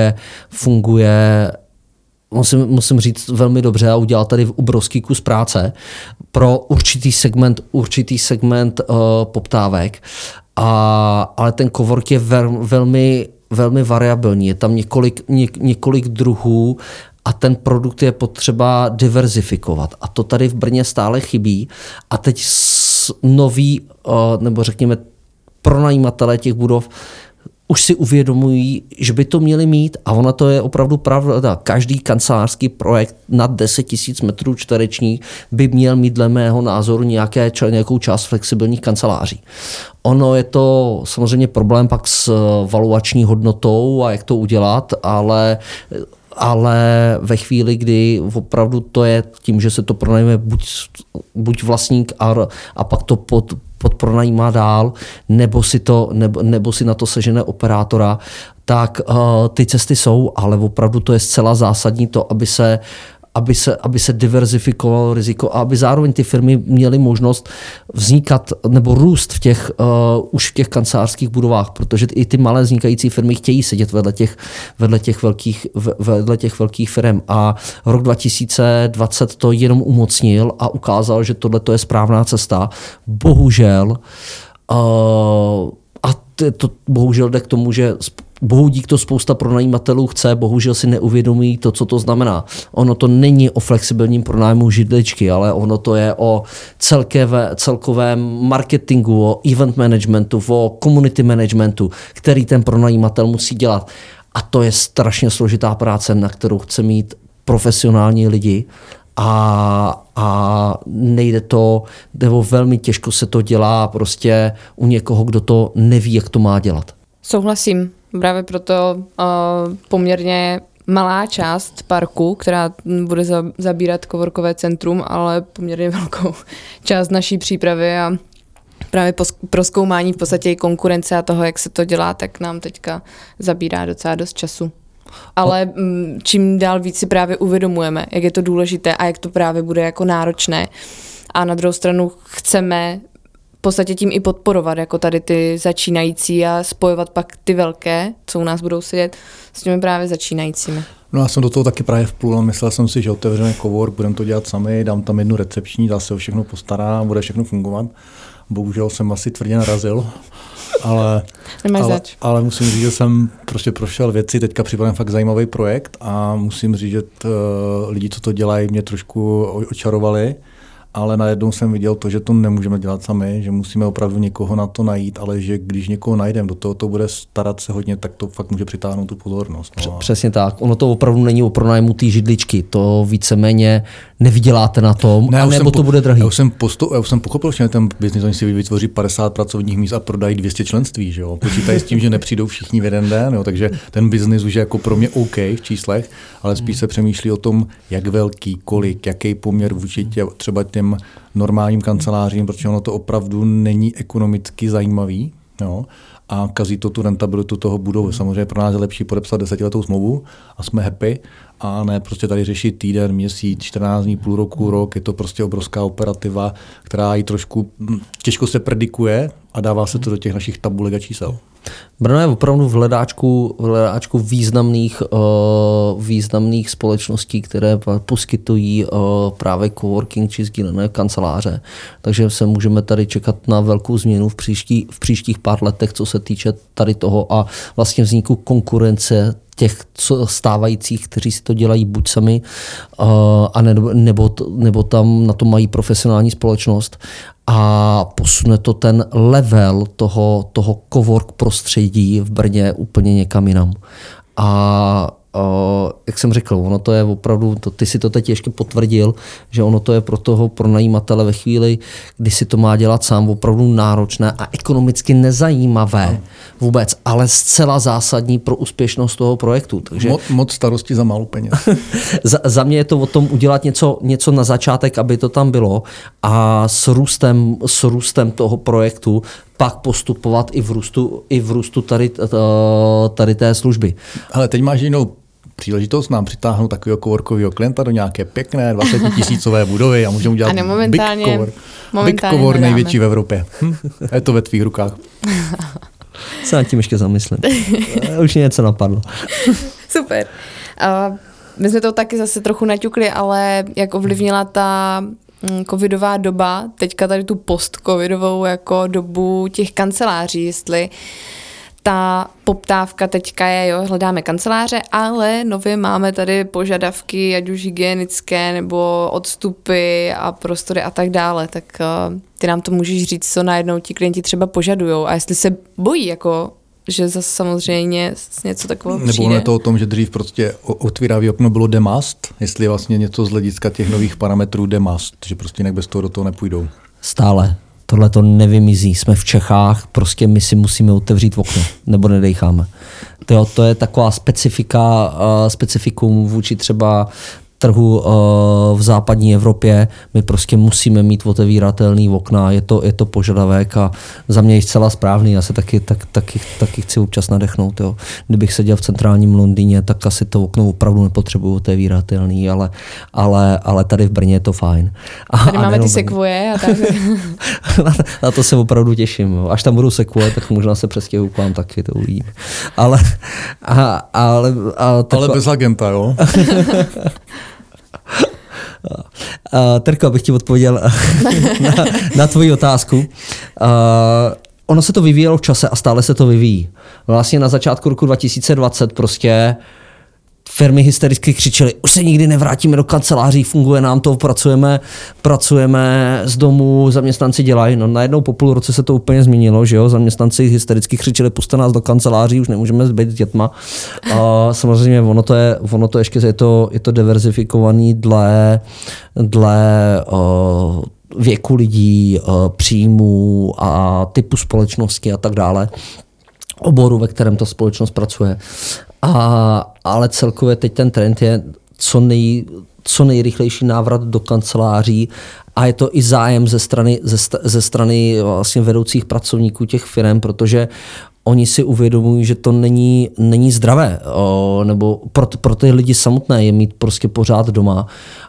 funguje musím říct velmi dobře a udělal tady obrovský kus práce pro určitý segment poptávek. Ale ten cowork je velmi, velmi variabilní. Je tam několik druhů a ten produkt je potřeba diverzifikovat. A to tady v Brně stále chybí. A teď noví, nebo řekněme pronajímatelé těch budov už si uvědomují, že by to měli mít a ona to je opravdu pravda. Každý kancelářský projekt nad 10 000 metrů čtverečních by měl mít dle mého názoru nějakou část flexibilních kanceláří. Ono je to samozřejmě problém pak s valuační hodnotou a jak to udělat, ale ve chvíli, kdy opravdu to je tím, že se to pronajme buď vlastník a pak to podpronajímá dál, nebo si na to sežene operátora, tak ty cesty jsou, ale opravdu to je zcela zásadní to, aby se diverzifikovalo riziko a aby zároveň ty firmy měly možnost vznikat nebo růst už v těch kancelářských budovách, protože i ty malé vznikající firmy chtějí sedět vedle těch velkých firm. A rok 2020 to jenom umocnil a ukázal, že tohle je správná cesta. Bohužel bohužel jde k tomu, že bohu dík to spousta pronajímatelů chce, bohužel si neuvědomují to, co to znamená. Ono to není o flexibilním pronájmu židličky, ale ono to je o celkovém marketingu, o event managementu, o community managementu, který ten pronajímatel musí dělat. a to je strašně složitá práce, na kterou chce mít profesionální lidi a nejde to, nebo velmi těžko se to dělá prostě u někoho, kdo to neví, jak to má dělat. Souhlasím. Právě proto poměrně malá část parku, která bude zabírat coworkové centrum, ale poměrně velkou část naší přípravy a právě prozkoumání v podstatě i konkurence a toho, jak se to dělá, tak nám teďka zabírá docela dost času. Ale čím dál víc si právě uvědomujeme, jak je to důležité a jak to právě bude jako náročné. A na druhou stranu chceme v podstatě tím i podporovat jako tady ty začínající a spojovat pak ty velké, co u nás budou sedět, s těmi právě začínajícími. No já jsem do toho taky právě vplul a myslel jsem si, že otevřeme cowork, budeme to dělat sami, dám tam jednu recepční, dá se o všechno postará, bude všechno fungovat. Bohužel jsem asi tvrdě narazil, ale musím říct, že jsem prostě prošel věci, teďka připadám fakt zajímavý projekt a musím říct, že lidi, co to dělají, mě trošku očarovali, ale najednou jsem viděl to, že to nemůžeme dělat sami, že musíme opravdu někoho na to najít, ale že když někoho najdeme, do toho to bude starat se hodně, tak to fakt může přitáhnout tu pozornost. No. Přesně tak. Ono to opravdu není o pronájmu té židličky. To víceméně nevyděláte na tom, nebo to bude drahý. Já už jsem pochopil, že ten biznis, oni si vytvoří 50 pracovních míst a prodají 200 členství. Že jo? Počítají s tím, že nepřijdou všichni v jeden den, jo? Takže ten biznis už je jako pro mě OK v číslech, ale spíš se přemýšlí o tom, jak velký, kolik, jaký poměr vůči třeba těm normálním kancelářím, protože ono to opravdu není ekonomicky zajímavý. Jo? A kazí to tu rentabilitu toho budovy. Samozřejmě pro nás je lepší podepsat 10letou smlouvu a jsme happy, a ne prostě tady řešit týden, měsíc, 14 dní, půl roku, rok. Je to prostě obrovská operativa, která ji trošku těžko se predikuje a dává se to do těch našich tabulek a čísel. Brno je opravdu v hledáčku významných společností, které poskytují právě coworking či sdílené kanceláře. Takže se můžeme tady čekat na velkou změnu v příštích pár letech, co se týče tady toho a vlastně vzniku konkurence těch stávajících, kteří si to dělají buď sami, nebo tam na to mají profesionální společnost a posune to ten level toho cowork prostředí v Brně úplně někam jinam. A jak jsem řekl, ono to je opravdu, ty si to teď ještě potvrdil, že ono to je pro toho pronajímatele ve chvíli, kdy si to má dělat sám, opravdu náročné a ekonomicky nezajímavé vůbec, ale zcela zásadní pro úspěšnost toho projektu. Takže moc starosti za málo peněz. za mě je to o tom udělat něco na začátek, aby to tam bylo a s růstem toho projektu pak postupovat i v růstu tady té služby. Ale teď máš jinou příležitost nám přitáhnout takového coworkového klienta do nějaké pěkné 20 000 budovy a můžeme udělat big cowork největší v Evropě. Je to ve tvých rukách. Se nad tím ještě zamyslím. Už mě něco napadlo. Super. My jsme to taky zase trochu naťukli, ale jak ovlivnila ta covidová doba, teďka tady tu post-covidovou jako dobu těch kanceláří, jestli ta poptávka teďka je, jo, hledáme kanceláře, ale nově máme tady požadavky, ať už hygienické, nebo odstupy a prostory a tak dále, tak ty nám to můžeš říct, co najednou ti klienti třeba požadujou a jestli se bojí, jako že zase samozřejmě něco takového přijde. Nebo je to o tom, že dřív prostě otvírávý okno bylo demast, jestli vlastně něco z hlediska těch nových parametrů demast, že prostě jinak bez toho do toho nepůjdou. Stále. Tohle to nevymizí. Jsme v Čechách, prostě my si musíme otevřít okno, nebo nedejcháme. To je taková specifikum vůči třeba trhu v západní Evropě. My prostě musíme mít otevíratelný okna, je to požadavek a za mě je zcela správný. Já se taky chci občas nadechnout. Jo. Kdybych seděl v centrálním Londýně, tak asi to okno opravdu nepotřebuji otevíratelný, ale tady v Brně je to fajn. Tady máme ty sekvoje a tak. Na to se opravdu těším. Jo. Až tam budou sekvoje, tak možná se přestěhuji k vám taky, to uvidím. Ale bez agenta, jo? Terko, abych ti odpověděl na tvoji otázku. Ono se to vyvíjelo v čase a stále se to vyvíjí. Vlastně na začátku roku 2020 prostě firmy hystericky křičely, už se nikdy nevrátíme do kanceláří, funguje nám to, pracujeme z domu, zaměstnanci dělají. No najednou po půl roce se to úplně změnilo, že jo, zaměstnanci hystericky křičeli, puste nás do kanceláří, už nemůžeme být s dětma. A samozřejmě ono to ještě je to diverzifikovaný dle věku lidí, příjmů a typu společnosti a tak dále, oboru, ve kterém ta společnost pracuje. Ale celkově teď ten trend je co nejrychlejší návrat do kanceláří a je to i zájem ze strany vlastně vedoucích pracovníků těch firm, protože oni si uvědomují, že to není zdravé, nebo pro ty lidi samotné je mít prostě pořád doma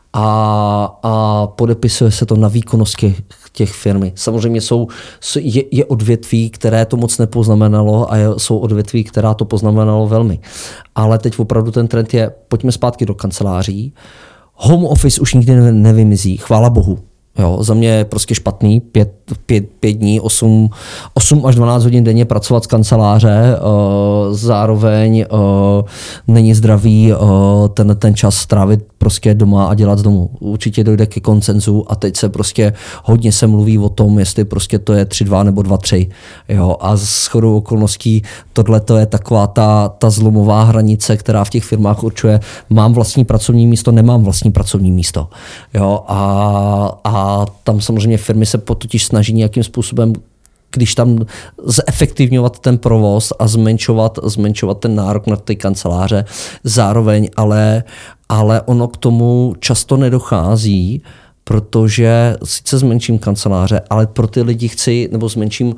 a podepisuje se to na výkonnost těch firmy. Samozřejmě je odvětví, které to moc nepoznamenalo a jsou odvětví, která to poznamenalo velmi. Ale teď opravdu ten trend je, pojďme zpátky do kanceláří. Home office už nikdy nevymizí, chvála bohu. Jo, za mě je prostě špatný 5 dní, 8 až 12 hodin denně pracovat z kanceláře, zároveň není zdravý ten čas strávit prostě doma a dělat z domu. Určitě dojde ke konsenzu a teď se prostě hodně se mluví o tom, jestli prostě to je 3-2 nebo 2-3. Jo, a shodou okolností tohle to je taková ta zlomová hranice, která v těch firmách určuje, mám vlastní pracovní místo, nemám vlastní pracovní místo. Jo, a tam samozřejmě firmy se totiž snaží nějakým způsobem, když tam zefektivňovat ten provoz a zmenšovat ten nárok na ty kanceláře zároveň, ale ono k tomu často nedochází, protože sice zmenším kanceláře, ale pro ty lidi zmenším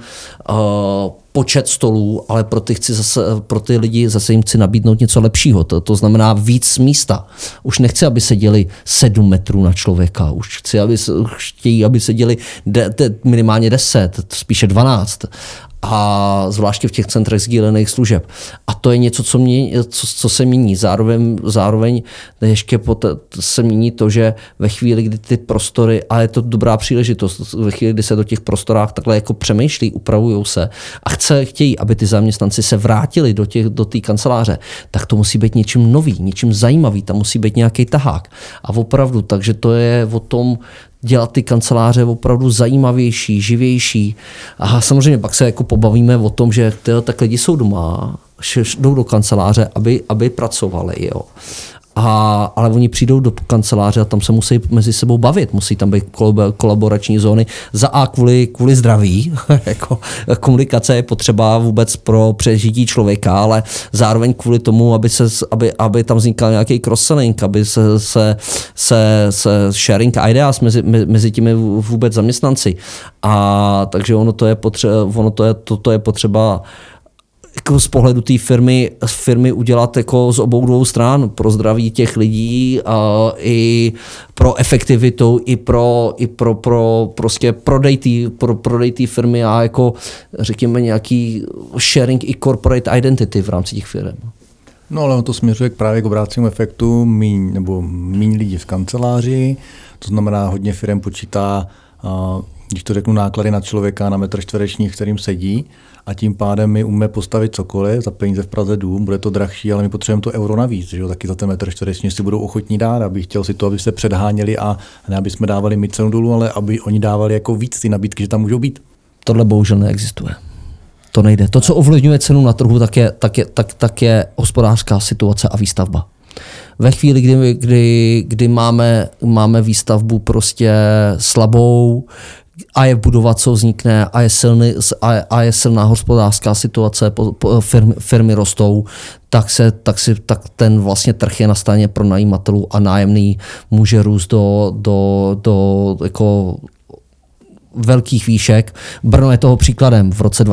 počet stolů, ale pro ty lidi zase jim chci nabídnout něco lepšího. To znamená víc místa. Už nechci, aby seděli 7 metrů na člověka. Už chtějí, aby seděli minimálně 10, spíše 12. A zvláště v těch centrech sdílených služeb. A to je něco, co se mění. Zároveň ještě se mění to, že ve chvíli, kdy ty prostory, a je to dobrá příležitost, ve chvíli, kdy se do těch prostorách takhle jako přemýšlí, upravujou se a chtějí, aby ty zaměstnanci se vrátili do té kanceláře, tak to musí být něčím nový, něčím zajímavý, tam musí být nějaký tahák. A opravdu, takže to je o tom, dělat ty kanceláře opravdu zajímavější, živější. A samozřejmě pak se jako pobavíme o tom, že tak lidi jsou doma, jdou do kanceláře, aby pracovali. Jo. Ale oni přijdou do kanceláře a tam se musí mezi sebou bavit, musí tam být kolaborační zóny. Za A kvůli zdraví, jako komunikace je potřeba vůbec pro přežití člověka, ale zároveň kvůli tomu, aby tam vznikal nějaký cross-selling, aby se sharing ideas mezi těmi vůbec zaměstnanci. A takže toto je potřeba jako z pohledu té firmy udělat jako z obou dvou stran pro zdraví těch lidí a i pro efektivitu, i pro prostě prodej té firmy a jako řekněme nějaký sharing i corporate identity v rámci těch firm. No ale to směřuje právě k obrácímu efektu, míň lidí v kanceláři, to znamená hodně firm počítá, když to řeknu, náklady na člověka na metr čtvereční, kterým sedí, a tím pádem my umíme postavit cokoliv, za peníze v Praze dům, bude to drahší, ale my potřebujeme to euro navíc, že jo, taky za ten metr čtvereční si budou ochotní dát, abych chtěl si to, aby se předháněli a ne aby jsme dávali my cenu dolů, ale aby oni dávali jako víc ty nabídky, že tam můžou být. Tohle bohužel neexistuje. To nejde. To, co ovlivňuje cenu na trhu, tak je hospodářská situace a výstavba. Ve chvíli, kdy máme výstavbu prostě slabou, a je budovat, co vznikne, a je silná hospodářská situace, firmy rostou, tak ten vlastně trh je na straně pronajímatelů a nájemný může růst do jako velkých výšek. Brno je toho příkladem. V roce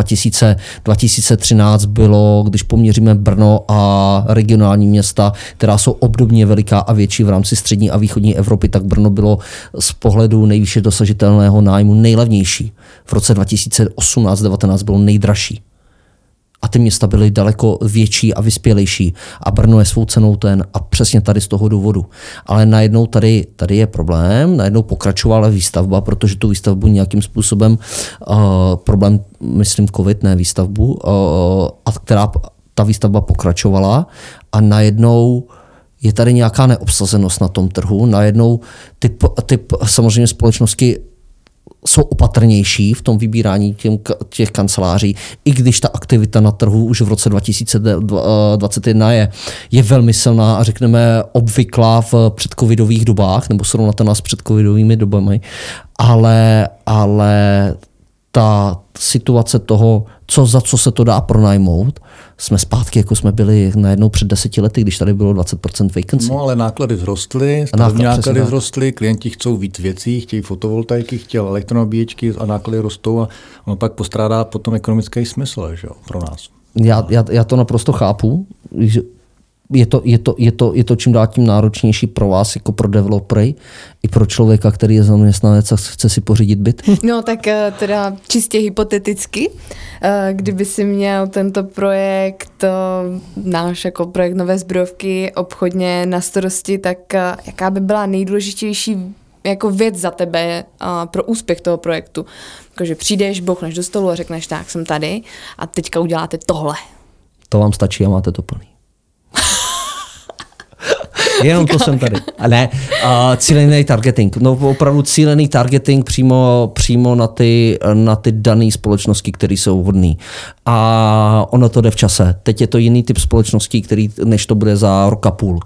2013 bylo, když poměříme Brno a regionální města, která jsou obdobně veliká a větší v rámci střední a východní Evropy, tak Brno bylo z pohledu nejvýše dosažitelného nájmu nejlevnější. V roce 2018-19 bylo nejdražší. A ty města byly daleko větší a vyspělejší. A Brno je svou cenou a přesně tady z toho důvodu. Ale najednou tady je problém, najednou pokračovala výstavba, protože tu výstavbu nějakým způsobem, problém, myslím covid, ne výstavbu, a ta výstavba pokračovala a najednou je tady nějaká neobsazenost na tom trhu. Najednou typ samozřejmě společnosti jsou opatrnější v tom vybírání těch kanceláří, i když ta aktivita na trhu už v roce 2021 je velmi silná a řekneme obvyklá v předcovidových dobách, nebo srovnatelná s předcovidovými dobami, ale ta situace toho, za co se to dá pronajmout, jsme zpátky, jako jsme byli najednou před 10 lety, když tady bylo 20% vacancy. No ale náklady vzrostly, stavební náklady vzrostly, klienti chcou víc věcí, chtějí fotovoltaiky, chtějí elektronabíječky a náklady rostou a ono pak postrádá potom ekonomický smysl, že jo, pro nás. Já to naprosto chápu, že je to čím dál tím náročnější pro vás, jako pro developery, i pro člověka, který je zaměstnanec a chce si pořídit byt? No tak teda čistě hypoteticky, kdyby si měl tento projekt, náš jako projekt Nové zbrojovky obchodně na starosti, tak jaká by byla nejdůležitější jako věc za tebe pro úspěch toho projektu? Takže přijdeš, bouchneš do stolu a řekneš, tak jsem tady a teďka uděláte tohle. To vám stačí a máte to plný. Jenom to jsem tady. A ne, cílený targeting. No opravdu cílený targeting přímo na ty dané společnosti, které jsou hodné. A ono to jde v čase. Teď je to jiný typ společností, než to bude za rok a půl.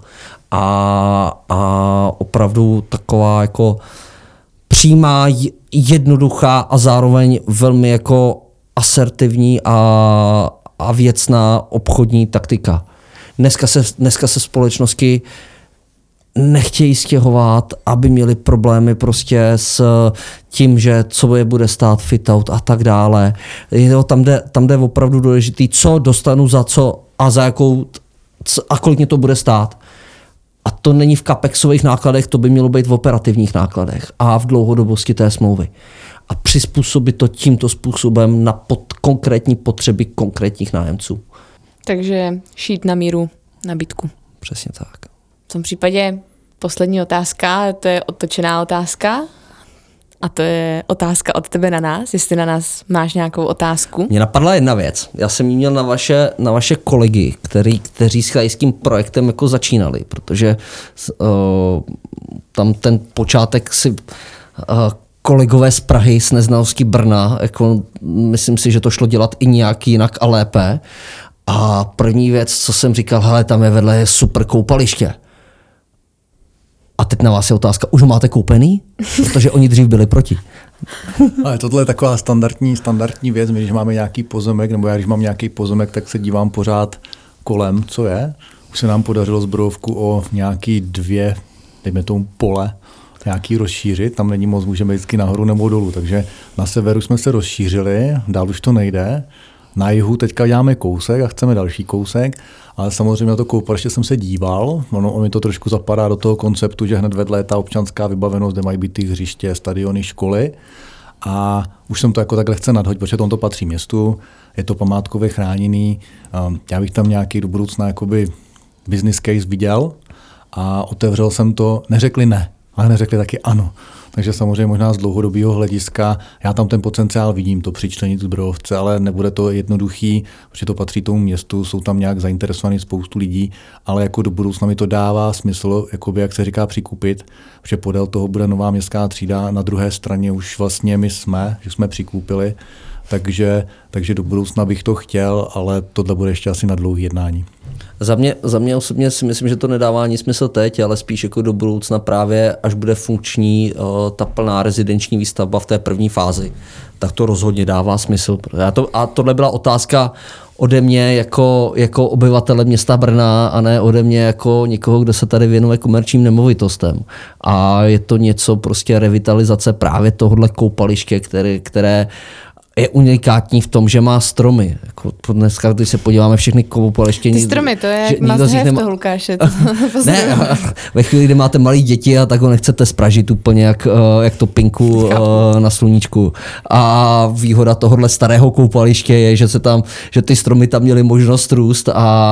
A opravdu taková jako přímá, jednoduchá a zároveň velmi jako asertivní a věcná obchodní taktika. Dneska se společnosti nechtějí stěhovat, aby měli problémy prostě s tím, že co je bude stát fit-out a tak dále. Tam jde opravdu důležitý, co dostanu za co a za jakou a kolik mě to bude stát. A to není v capexových nákladech, to by mělo být v operativních nákladech a v dlouhodobosti té smlouvy. A přizpůsobit to tímto způsobem na konkrétní potřeby konkrétních nájemců. Takže šít na míru nabídku. Přesně tak. V tom případě poslední otázka, to je otočená otázka a to je otázka od tebe na nás, jestli na nás máš nějakou otázku. Mně napadla jedna věc. Já jsem jí měl na vaše kolegy, kteří s tím projektem jako začínali, protože tam ten počátek si kolegové z Prahy, z neznalostí Brna, jako myslím si, že to šlo dělat i nějak jinak a lépe. A první věc, co jsem říkal, hele, tam je vedle super koupaliště. A teď na vás je otázka, už ho máte koupený? Protože oni dřív byli proti. Ale tohle je taková standardní věc, my když máme nějaký pozemek, nebo já když mám nějaký pozemek, tak se dívám pořád kolem, co je. Už se nám podařilo zbrojovku o nějaký 2, dejme tomu pole, nějaký rozšířit, tam není moc, můžeme vždycky nahoru nebo dolů, takže na severu jsme se rozšířili, dál už to nejde. Na jihu teďka děláme kousek a chceme další kousek, ale samozřejmě na to koupaliště jsem se díval, ono mi to trošku zapadá do toho konceptu, že hned vedle je ta občanská vybavenost, kde mají být ty hřiště, stadiony, školy a už jsem to jako takhle chce nadhodit, protože to patří městu, je to památkově chráněný, já bych tam nějaký do budoucna jakoby business case viděl a otevřel jsem to, neřekli ne, ale neřekli taky ano. Takže samozřejmě možná z dlouhodobého hlediska já tam ten potenciál vidím, to přičlenit zbrojovce, ale nebude to jednoduchý, protože to patří tomu městu, jsou tam nějak zainteresovaní spoustu lidí, ale jako do budoucna mi to dává smysl, jakoby, jak se říká, přikupit, protože podél toho bude nová městská třída, na druhé straně už vlastně my jsme přikupili, takže do budoucna bych to chtěl, ale tohle bude ještě asi na dlouhý jednání. Za mě osobně si myslím, že to nedává ani smysl teď, ale spíš jako do budoucna právě, až bude funkční ta plná rezidenční výstavba v té první fázi, tak to rozhodně dává smysl. A tohle byla otázka ode mě jako obyvatele města Brna a ne ode mě jako někoho, kdo se tady věnuje komerčním nemovitostem. A je to něco prostě revitalizace právě tohohle koupaliště, které je unikátní v tom, že má stromy. Jako dneska, když se podíváme všechny koupaliště... Ty stromy, to je jak must-have toho Lukáše. Ne, ve chvíli, kdy máte malé děti a tak ho nechcete spražit úplně jak to pinku na sluníčku. A výhoda tohohle starého koupaliště je, že ty stromy tam měly možnost růst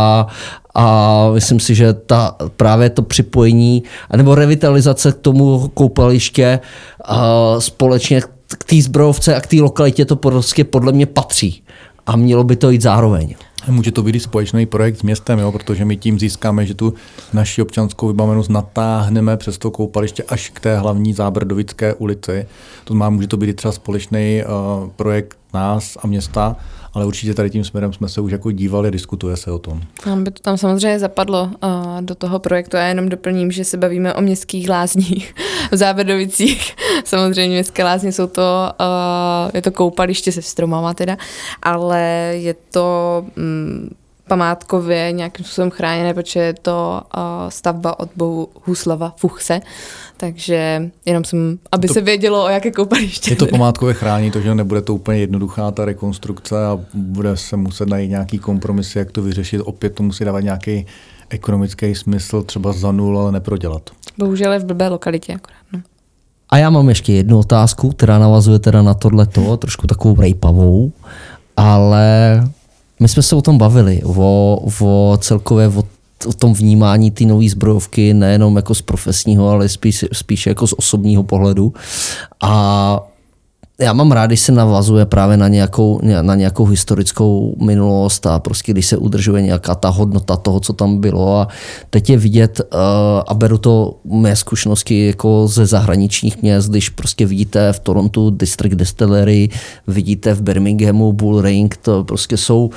a myslím si, že právě to připojení nebo revitalizace k tomu koupaliště společně k té zbrojovce a k té lokalitě to prostě podle mě patří. A mělo by to jít zároveň. Může to být i společný projekt s městem, jo, protože my tím získáme, že tu naši občanskou vybavenost natáhneme přes to koupaliště až k té hlavní Zábřdovické ulici. To znamená, může to být i třeba společný projekt nás a města, ale určitě tady tím směrem jsme se už jako dívali, diskutuje se o tom. Tam by to tam samozřejmě zapadlo do toho projektu. Já jenom doplním, že se bavíme o městských lázních v Zábrdovicích. Samozřejmě městské lázně jsou to, je to koupaliště se stromama teda, ale je to památkově nějakým způsobem chráněné, protože je to stavba od Bohuslava Fuchse, takže jenom aby se vědělo, o jaké koupaliště. Je to památkově chrání, takže nebude to úplně jednoduchá ta rekonstrukce a bude se muset najít nějaký kompromis, jak to vyřešit. Opět to musí dávat nějaký ekonomický smysl, třeba za nul, ale neprodělat. Bohužel je v blbé lokalitě akorát. No. A já mám ještě jednu otázku, která navazuje teda na tohleto, trošku takovou rejpavou, ale my jsme se o tom bavili, o celkově o tom vnímání té nové zbrojovky, nejenom jako z profesního, ale spíš jako z osobního pohledu. A já mám rád, když se navazuje právě na nějakou historickou minulost a prostě když se udržuje nějaká ta hodnota toho, co tam bylo. A teď je vidět, a beru to mé zkušenosti jako ze zahraničních měst, když prostě vidíte v Torontu District Distillery, vidíte v Birminghamu Bull Ring, to prostě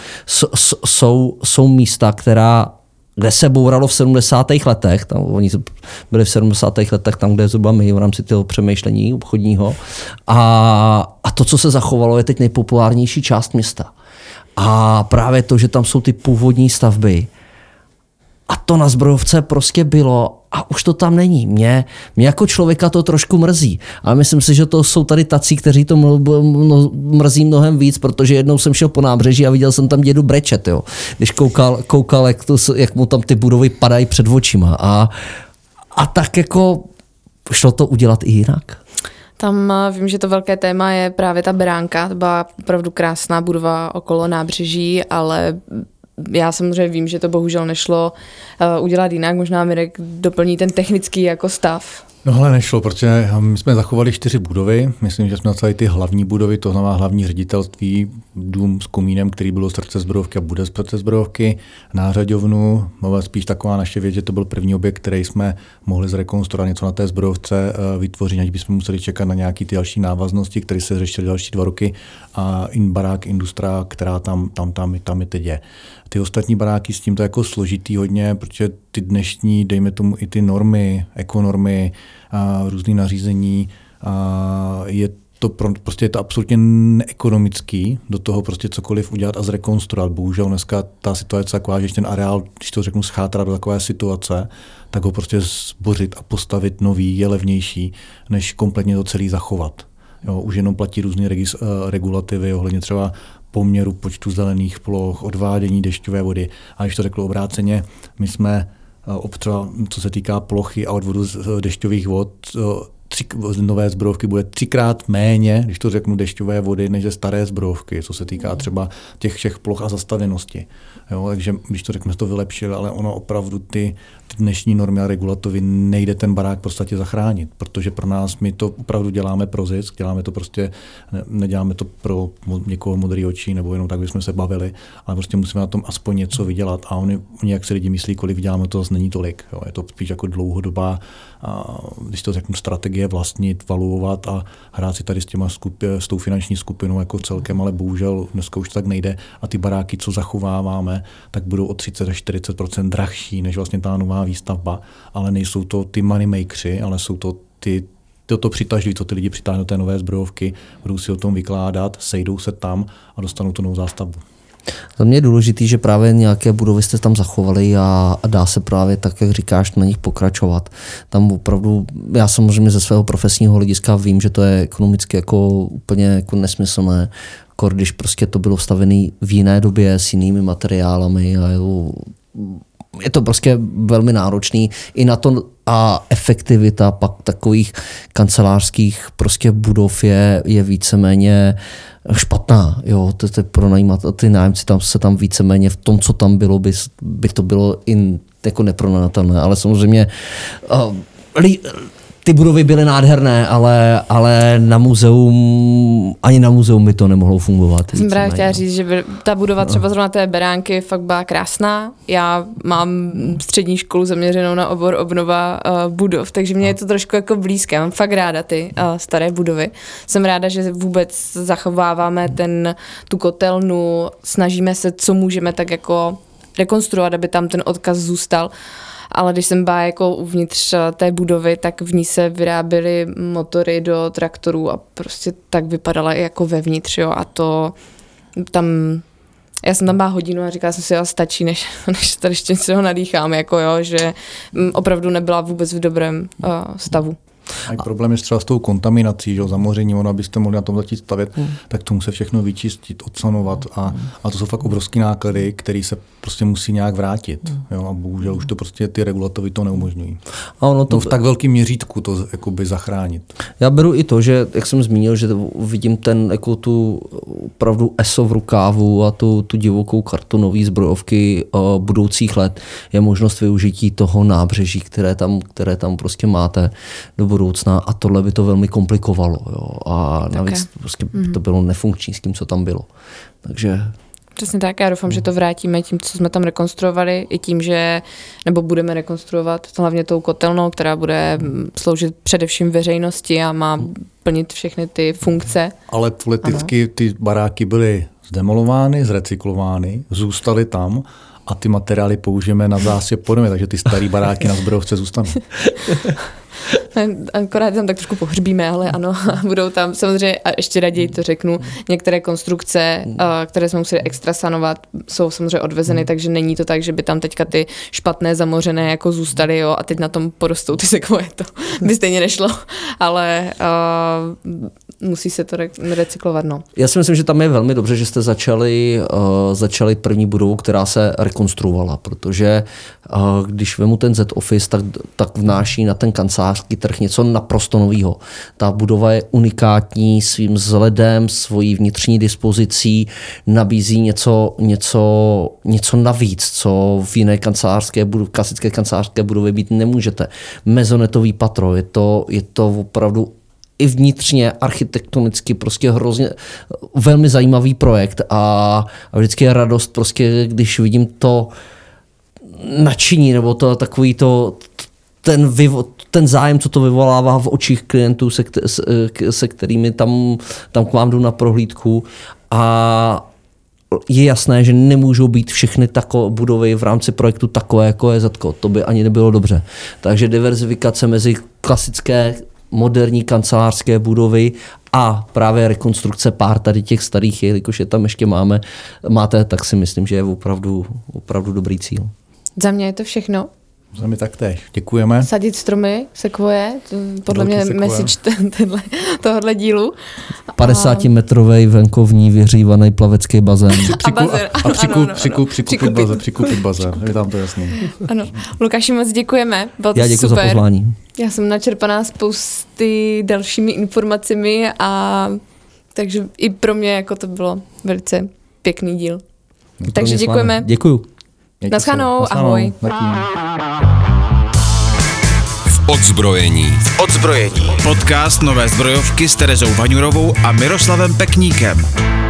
jsou místa, kde se bouralo v 70. letech, tam oni byli v 70. letech tam, kde je zhruba my v rámci toho přemýšlení obchodního. A to, co se zachovalo, je teď nejpopulárnější část města. A právě to, že tam jsou ty původní stavby. A to na zbrojovce prostě bylo a už to tam není. Mě jako člověka to trošku mrzí. Ale myslím si, že to jsou tady tací, kteří to mrzí mnohem víc, protože jednou jsem šel po nábřeží a viděl jsem tam dědu brečet, jo. Když koukal jak mu tam ty budovy padají před očima. A tak jako šlo to udělat i jinak. Tam vím, že to velké téma je právě ta beránka. To byla opravdu krásná budova okolo nábřeží, ale já samozřejmě vím, že to bohužel nešlo udělat jinak. Možná Mirek doplní ten technický jako stav. No ale nešlo, protože my jsme zachovali 4 budovy. Myslím, že jsme zachovali ty hlavní budovy, to znamená hlavní ředitelství, dům s komínem, který byl srdce zbrojovky a bude srdce zbrojovky, nářadovnu, spíš taková naše věc, že to byl první objekt, který jsme mohli zrekonstruovat něco na té zbrojovce vytvořit, ať bychom museli čekat na nějaké ty další návaznosti, které se řešily další 2 roky a barák Industra, která tam je teď je. Ty ostatní baráky s tím to jako složitý hodně, protože ty dnešní, dejme tomu i ty normy, ekonormy, různý nařízení, je to absolutně neekonomický do toho prostě cokoliv udělat a zrekonstruovat. Bohužel dneska ta situace taková, že ten areál, když to řeknu, schátrá do takové situace, tak ho prostě zbořit a postavit nový je levnější, než kompletně to celý zachovat. Jo, už jenom platí různé regulativy ohledně třeba poměru počtu zelených ploch, odvádění dešťové vody. A když to řekl obráceně, my jsme třeba, co se týká plochy a odvodu z dešťových vod, nové zbrojovky bude 3x méně, když to řeknu, dešťové vody, než ze staré zbrojovky, co se týká třeba těch všech ploch a zastavěnosti. Jo, takže když to řeknu, to vylepšili, ale ono opravdu ty dnešní normy a regulativy nejde ten barák v podstatě zachránit, protože pro nás my to opravdu děláme pro zisk, děláme to prostě, neděláme to pro někoho modrý očí, nebo jenom tak, bychom se bavili, ale prostě musíme na tom aspoň něco vydělat a oni jak se lidi myslí, kolik vyděláme, to zase není tolik. Jo, je to spíš jako dlouhodobá, když to řeknu, strategie vlastnit, valuovat a hrát si tady s tou finanční skupinou jako celkem, ale bohužel dneska už to tak nejde a ty baráky, co zachováváme, tak budou o 30 až 40% drahší než vlastně ta nová výstavba, ale nejsou to ty moneymakeri, ale jsou to to přitažlí, co ty lidi přitáhnou do té nové zbrojovky, budou si o tom vykládat, sejdou se tam a dostanou tu novou zástavbu. Za mě je důležitý, že právě nějaké budovy jste tam zachovali a dá se právě tak, jak říkáš, na nich pokračovat. Tam opravdu, já samozřejmě ze svého profesního hlediska vím, že to je ekonomicky jako úplně jako nesmyslné, když prostě to bylo stavené v jiné době s jinými materiálami a je to prostě velmi náročný i na to a efektivita pak takových kancelářských prostě budov je víceméně špatná. Jo, to pronajímat ty nájemci tam se tam víceméně v tom, co tam bylo, by to bylo jako nepronajatelné, ale samozřejmě ty budovy byly nádherné, ale ani na muzeum by to nemohlo fungovat. Jsem právě chtěla říct, že ta budova třeba zrovna té Beránky fakt byla krásná. Já mám střední školu zaměřenou na obor obnova budov, takže mě je to trošku jako blízké. Mám fakt ráda ty staré budovy. Jsem ráda, že vůbec zachováváme tu kotelnu, snažíme se, co můžeme tak jako rekonstruovat, aby tam ten odkaz zůstal. Ale když jsem byla jako uvnitř té budovy, tak v ní se vyráběly motory do traktorů a prostě tak vypadala i jako vevnitř, jo, a to tam, já jsem tam byla hodinu a říkala jsem si, jo, stačí, než tady ještě se ho nadýchám, jako jo, že opravdu nebyla vůbec v dobrém stavu. A problém je třeba s tou kontaminací, že zamořením, ono, abyste mohli na tom začít stavět, tak to musí všechno vyčistit, odsanovat a to jsou fakt obrovský náklady, které se prostě musí nějak vrátit. Jo, a bohužel už to prostě ty regulativy to neumožňují. A ono to v tak velkém měřítku to jakoby zachránit. Já beru i to, že, jak jsem zmínil, že vidím jako tu opravdu ESO v rukávu a tu divokou kartu nový zbrojovky budoucích let je možnost využití toho nábřeží, které tam prostě máte do budoucna a tohle by to velmi komplikovalo. Jo. A navíc prostě to bylo nefunkční s tím, co tam bylo. Takže přesně tak, já doufám, že to vrátíme tím, co jsme tam rekonstruovali, i tím, že, nebo budeme rekonstruovat hlavně tou kotelnou, která bude sloužit především veřejnosti a má plnit všechny ty funkce. Ale politicky ty baráky byly zdemolovány, zrecyklovány, zůstaly tam a ty materiály použijeme na zásyp podobně, takže ty starý baráky na zbrojovce zůstanou. Akorát tam tak trošku pohřbíme, ale ano, budou tam samozřejmě, a ještě raději to řeknu, některé konstrukce, které jsme museli extra sanovat, jsou samozřejmě odvezeny, takže není to tak, že by tam teďka ty špatné zamořené jako zůstaly, jo, a teď na tom porostou ty sekvoje, to by stejně nešlo, ale musí se to recyklovat, no. Já si myslím, že tam je velmi dobře, že jste začali první budovu, která se rekonstruovala, protože když vemu ten Z-Office, tak vnáší na ten kancelářský trh něco naprosto novýho. Ta budova je unikátní svým vzhledem, svojí vnitřní dispozicí, nabízí něco navíc, co v jiné klasické kancelářské budově být nemůžete. Mezonetový patro, je to opravdu i vnitřně, architektonicky prostě hrozně velmi zajímavý projekt a vždycky je radost prostě, když vidím to nadšení nebo to takový to ten zájem, co to vyvolává v očích klientů, se kterými tam k vám jdu na prohlídku a je jasné, že nemůžou být všechny budovy v rámci projektu takové, jako je Zetko. To by ani nebylo dobře. Takže diverzifikace mezi klasické moderní kancelářské budovy a právě rekonstrukce pár tady těch starých, jelikož je tam ještě máte, tak si myslím, že je opravdu dobrý cíl. Za mě je to všechno. Za mě taktéž. Děkujeme. Sadit stromy, sekvoje, podle mě message tohohle dílu. 50-metrový venkovní vyhřívaný plavecký bazén. Přikupit bazén. Je tam to jasný. Ano. Lukáši, moc děkujeme. Bylo to Já děkuji super. za pozvání. Já jsem načerpaná spousty dalšími informacemi a takže i pro mě jako to bylo velice pěkný díl. Takže děkujeme. Děkuju. Naschledanou, ahoj. V odzbrojení. Podcast Nové zbrojovky s Terezou Vaňurovou a Miroslavem Pekníkem.